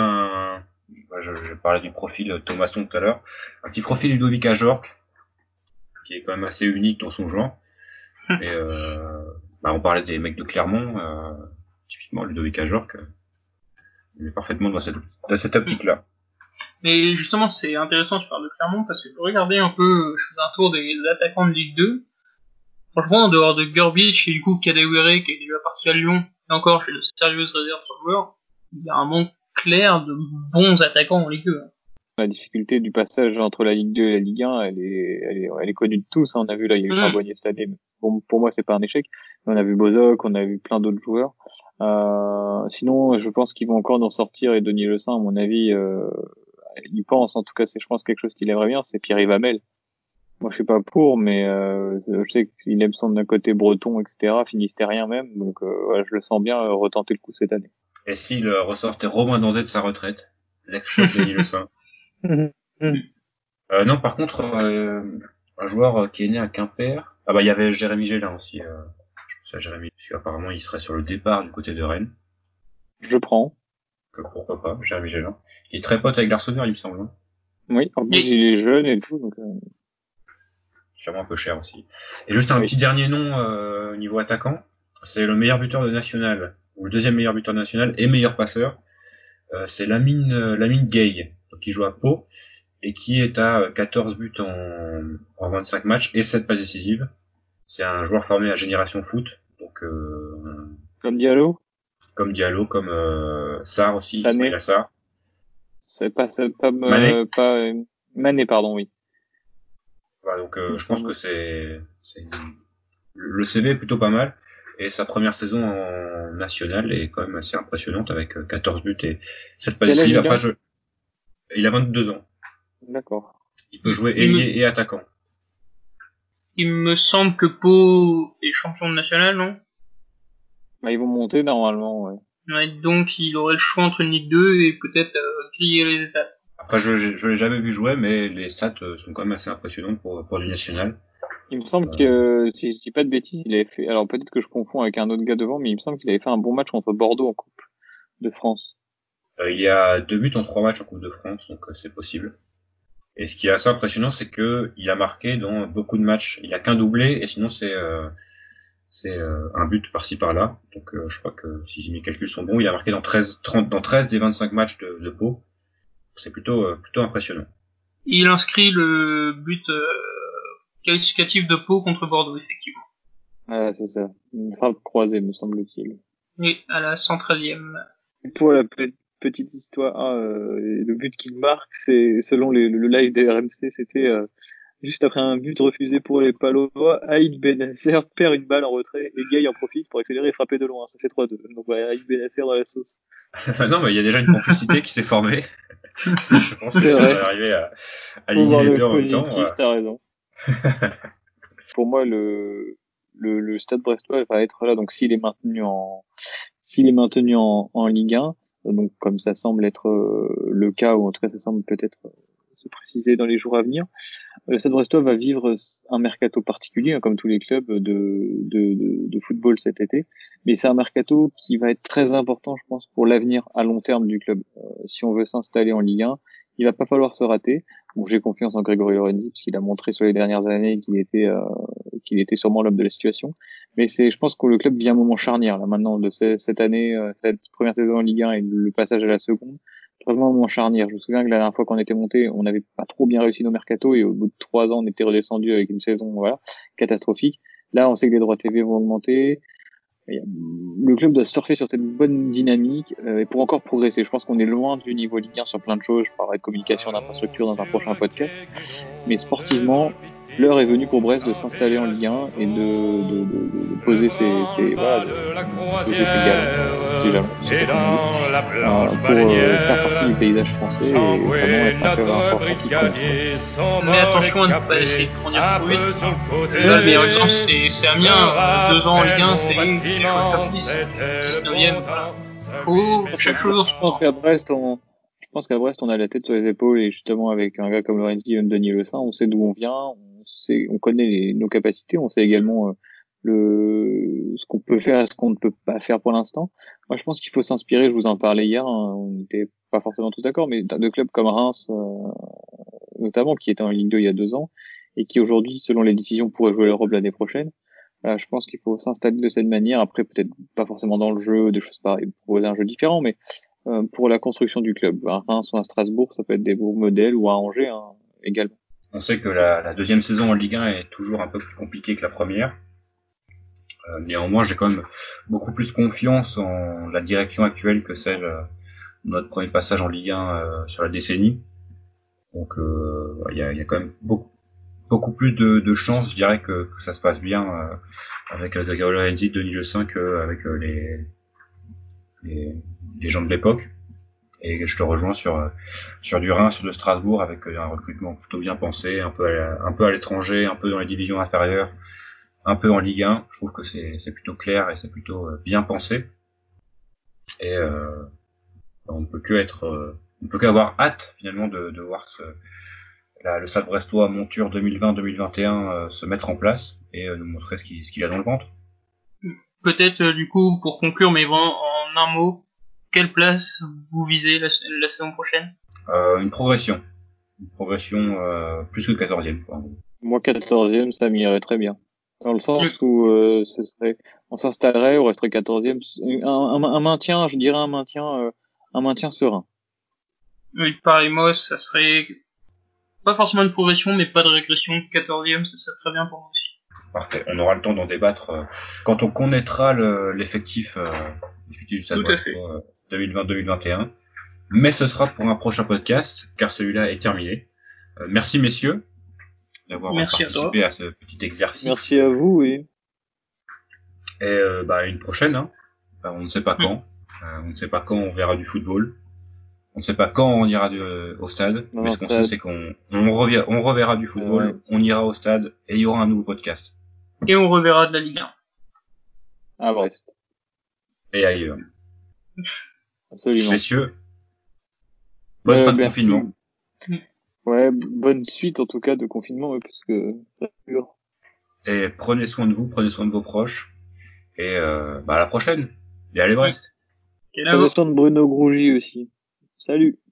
[SPEAKER 1] je parlais du profil Thomasson tout à l'heure, un petit profil Ludovic Ajorc, qui est quand même assez unique dans son genre. Et on parlait des mecs de Clermont, typiquement Ludovic Ajorc, il est parfaitement dans cette optique-là.
[SPEAKER 3] Mais justement, c'est intéressant, tu parles de Clermont, parce que regardez un peu, je fais un tour des attaquants de Ligue 2. Franchement, en dehors de Gurbic et du coup Kadewere qui est déjà parti à Lyon, et encore j'ai de sérieuses réserves sur le joueur, il y a un manque clair de bons attaquants en Ligue 2.
[SPEAKER 2] La difficulté du passage entre la Ligue 2 et la Ligue 1, elle est connue de tous. Hein. On a vu là, il y a eu Charbonnier cette année. Bon, pour moi, c'est pas un échec. On a vu Bozoc, on a vu plein d'autres joueurs. Sinon, je pense qu'ils vont encore nous sortir et Denis Le Saint, à mon avis, il pense. En tout cas, c'est, je pense, quelque chose qu'il aimerait bien, c'est Pierre-Yves Hamel. Moi, je suis pas pour, mais je sais qu'il aime son côté breton, etc., finistérien même. Donc, je le sens bien retenter le coup cette année.
[SPEAKER 1] Et s'il ressortait Romain Danzé de sa retraite, l'ex-chef Denis Le Saint. Non, par contre, un joueur qui est né à Quimper. Ah bah il y avait Jérémy Gélin aussi. Je pense à Jérémy, parce qu'apparemment il serait sur le départ du côté de Rennes.
[SPEAKER 2] Je prends.
[SPEAKER 1] Pourquoi pas, Jérémy Gélin. Qui est très pote avec l'Arsenal, il me semble.
[SPEAKER 2] Oui, en plus il est jeune et tout, donc.
[SPEAKER 1] Sûrement un peu cher aussi. Et juste un petit dernier nom au niveau attaquant, c'est le meilleur buteur de national, ou le deuxième meilleur buteur de national et meilleur passeur. C'est Lamine Gueye, qui joue à Pau et qui est à 14 buts en 25 matchs et 7 passes décisives. C'est un joueur formé à Génération Foot, donc
[SPEAKER 2] comme Diallo,
[SPEAKER 1] comme Sarr aussi,
[SPEAKER 2] Sané.
[SPEAKER 1] Sarr.
[SPEAKER 2] C'est pas Mané, pardon, oui.
[SPEAKER 1] Voilà, donc je pense que le CV est plutôt pas mal. Et sa première saison en national est quand même assez impressionnante avec 14 buts et 7 passes
[SPEAKER 2] Quel âge
[SPEAKER 1] décisives.
[SPEAKER 2] il a?
[SPEAKER 1] Après, il a 22 ans.
[SPEAKER 2] D'accord.
[SPEAKER 1] Il peut jouer
[SPEAKER 3] Il me,
[SPEAKER 1] ailier et attaquant.
[SPEAKER 3] il me semble que Pau est champion de national, non?
[SPEAKER 2] Bah, ils vont monter normalement, ouais.
[SPEAKER 3] Ouais, donc il aurait le choix entre une Ligue 2 et peut-être griller les étapes.
[SPEAKER 1] Après, je l'ai jamais vu jouer, mais les stats sont quand même assez impressionnantes pour du national.
[SPEAKER 2] Il me semble que, si je dis pas de bêtises, il avait fait, alors peut-être que je confonds avec un autre gars devant, mais il me semble qu'il avait fait un bon match contre Bordeaux en Coupe de France.
[SPEAKER 1] Il y a 2 buts en 3 matchs en Coupe de France, donc c'est possible. Et ce qui est assez impressionnant, c'est que il a marqué dans beaucoup de matchs. Il a qu'un doublé, et sinon c'est un but par-ci par-là. Donc je crois que si mes calculs sont bons, il a marqué dans 13 des 25 matchs de Pau. C'est plutôt impressionnant.
[SPEAKER 3] Il inscrit le but qualificatif de Pau contre Bordeaux, effectivement.
[SPEAKER 2] Ah, c'est ça. Une frappe croisée, me semble-t-il.
[SPEAKER 3] Et à la 113e.
[SPEAKER 2] Pour la petite histoire, le but qu'il marque, c'est, selon le live des RMC, c'était, juste après un but refusé pour les Palois, Aïd Benasser perd une balle en retrait et Gay en profite pour accélérer et frapper de loin. Ça fait 3-2. Donc voilà, Aïd Benasser dans la sauce.
[SPEAKER 1] Non, mais il y a déjà une complicité qui s'est formée. Je pense que
[SPEAKER 2] C'est
[SPEAKER 1] ça
[SPEAKER 2] vrai.
[SPEAKER 1] va arriver à
[SPEAKER 2] Faut
[SPEAKER 1] lier
[SPEAKER 2] voir
[SPEAKER 1] les
[SPEAKER 2] le
[SPEAKER 1] deux en même temps.
[SPEAKER 2] positif, t'as raison. Pour moi, le Stade Brestois va être là. Donc s'il est maintenu en Ligue 1, donc comme ça semble être le cas, ou en tout cas ça semble peut-être se préciser dans les jours à venir, le Stade Brestois va vivre un mercato particulier, hein, comme tous les clubs de football cet été. Mais c'est un mercato qui va être très important, je pense, pour l'avenir à long terme du club. Si on veut s'installer en Ligue 1, il va pas falloir se rater. Bon, j'ai confiance en Grégory Lorenzi, puisqu'il a montré sur les dernières années qu'il était sûrement l'homme de la situation. Mais je pense que le club vit un moment charnière, là, maintenant, de cette année, cette première saison en Ligue 1 et le passage à la seconde. Vraiment un moment charnière. Je me souviens que la dernière fois qu'on était monté, on n'avait pas trop bien réussi nos mercatos et au bout de 3 ans, on était redescendu avec une saison, voilà, catastrophique. Là, on sait que les droits TV vont augmenter. Le club doit surfer sur cette bonne dynamique et pour encore progresser. Je pense qu'on est loin du niveau Ligue 1 sur plein de choses. Je parlerai de communication, d'infrastructure dans un prochain podcast. Mais sportivement, l'heure est venue pour Brest de s'installer en Ligue 1 et de poser voilà, de poser ses galons, si jamais, je sais pas comment on dit, pour faire partie du paysage français et vraiment être un club important qui compte, quoi.
[SPEAKER 3] Mais attention à ne pas essayer de grandir trop vite. Là, le meilleur exemple, c'est Amiens. 2 ans en Ligue 1, c'est choix top 10. 19ème, voilà. Faut chaque chose.
[SPEAKER 2] Je pense qu'à Brest, on a la tête sur les épaules et justement avec un gars comme Lorenzi et Denis Le Saint, on sait d'où on vient, on connaît nos capacités, on sait également ce qu'on peut faire et ce qu'on ne peut pas faire pour l'instant. Moi, je pense qu'il faut s'inspirer. Je vous en parlais hier, hein, on n'était pas forcément tous d'accord, mais de clubs comme Reims, notamment, qui était en Ligue 2 il y a 2 ans et qui aujourd'hui, selon les décisions, pourrait jouer l'Europe l'année prochaine. Je pense qu'il faut s'installer de cette manière. Après, peut-être pas forcément dans le jeu, des choses pareilles, proposer un jeu différent, mais pour la construction du club. À Reims ou à Strasbourg, ça peut être des beaux modèles, ou à Angers également.
[SPEAKER 1] On sait que la deuxième saison en Ligue 1 est toujours un peu plus compliquée que la première. Néanmoins, j'ai quand même beaucoup plus confiance en la direction actuelle que celle de notre premier passage en Ligue 1 sur la décennie. Donc il y a quand même beaucoup plus de chances, je dirais, que ça se passe bien avec Grégory Lorenzi, Denis Le Saint qu'avec les gens de l'époque. Et je te rejoins sur du Reims, sur de Strasbourg, avec un recrutement plutôt bien pensé, un peu à l'étranger, un peu dans les divisions inférieures, un peu en Ligue 1. Je trouve que c'est plutôt clair et c'est plutôt bien pensé. Et on peut qu'avoir hâte finalement de voir le Stade Brestois monture 2020-2021 se mettre en place et nous montrer ce qu'il a dans le ventre.
[SPEAKER 3] Peut-être, du coup, pour conclure, mais vraiment en un mot, quelle place vous visez la saison prochaine?
[SPEAKER 1] Une progression. Plus que 14e. Quoi, en gros.
[SPEAKER 2] Moi, 14e, ça m'irait très bien. Dans le sens où on s'installerait, on resterait 14e. Un maintien, je dirais un maintien serein.
[SPEAKER 3] Oui, pareil, moi, ça serait pas forcément une progression, mais pas de régression. 14e, ça serait très bien pour moi aussi.
[SPEAKER 1] Parfait. On aura le temps d'en débattre quand on connaîtra l'effectif du Stade Brestois 2020-2021. Mais ce sera pour un prochain podcast, car celui-là est terminé. Merci messieurs. d'avoir
[SPEAKER 3] Merci à
[SPEAKER 1] participé à ce petit exercice.
[SPEAKER 2] Merci à vous, oui.
[SPEAKER 1] Et une prochaine, hein. On ne sait pas quand. On ne sait pas quand on verra du football. On ne sait pas quand on ira au stade.
[SPEAKER 2] Non,
[SPEAKER 1] mais ce qu'on sait, c'est qu'on reverra du football, on ira au stade et il y aura un nouveau podcast.
[SPEAKER 3] Et on reverra de la Ligue 1.
[SPEAKER 2] À Brest.
[SPEAKER 1] Et ailleurs.
[SPEAKER 2] Absolument.
[SPEAKER 1] Messieurs, bonne fin de
[SPEAKER 2] merci.
[SPEAKER 1] confinement.
[SPEAKER 2] Ouais, bonne suite en tout cas de confinement, parce que ça dure.
[SPEAKER 1] Et prenez soin de vous, prenez soin de vos proches. Et à la prochaine. Et allez Brest.
[SPEAKER 2] Prenez soin de Bruno Grougy aussi. Salut.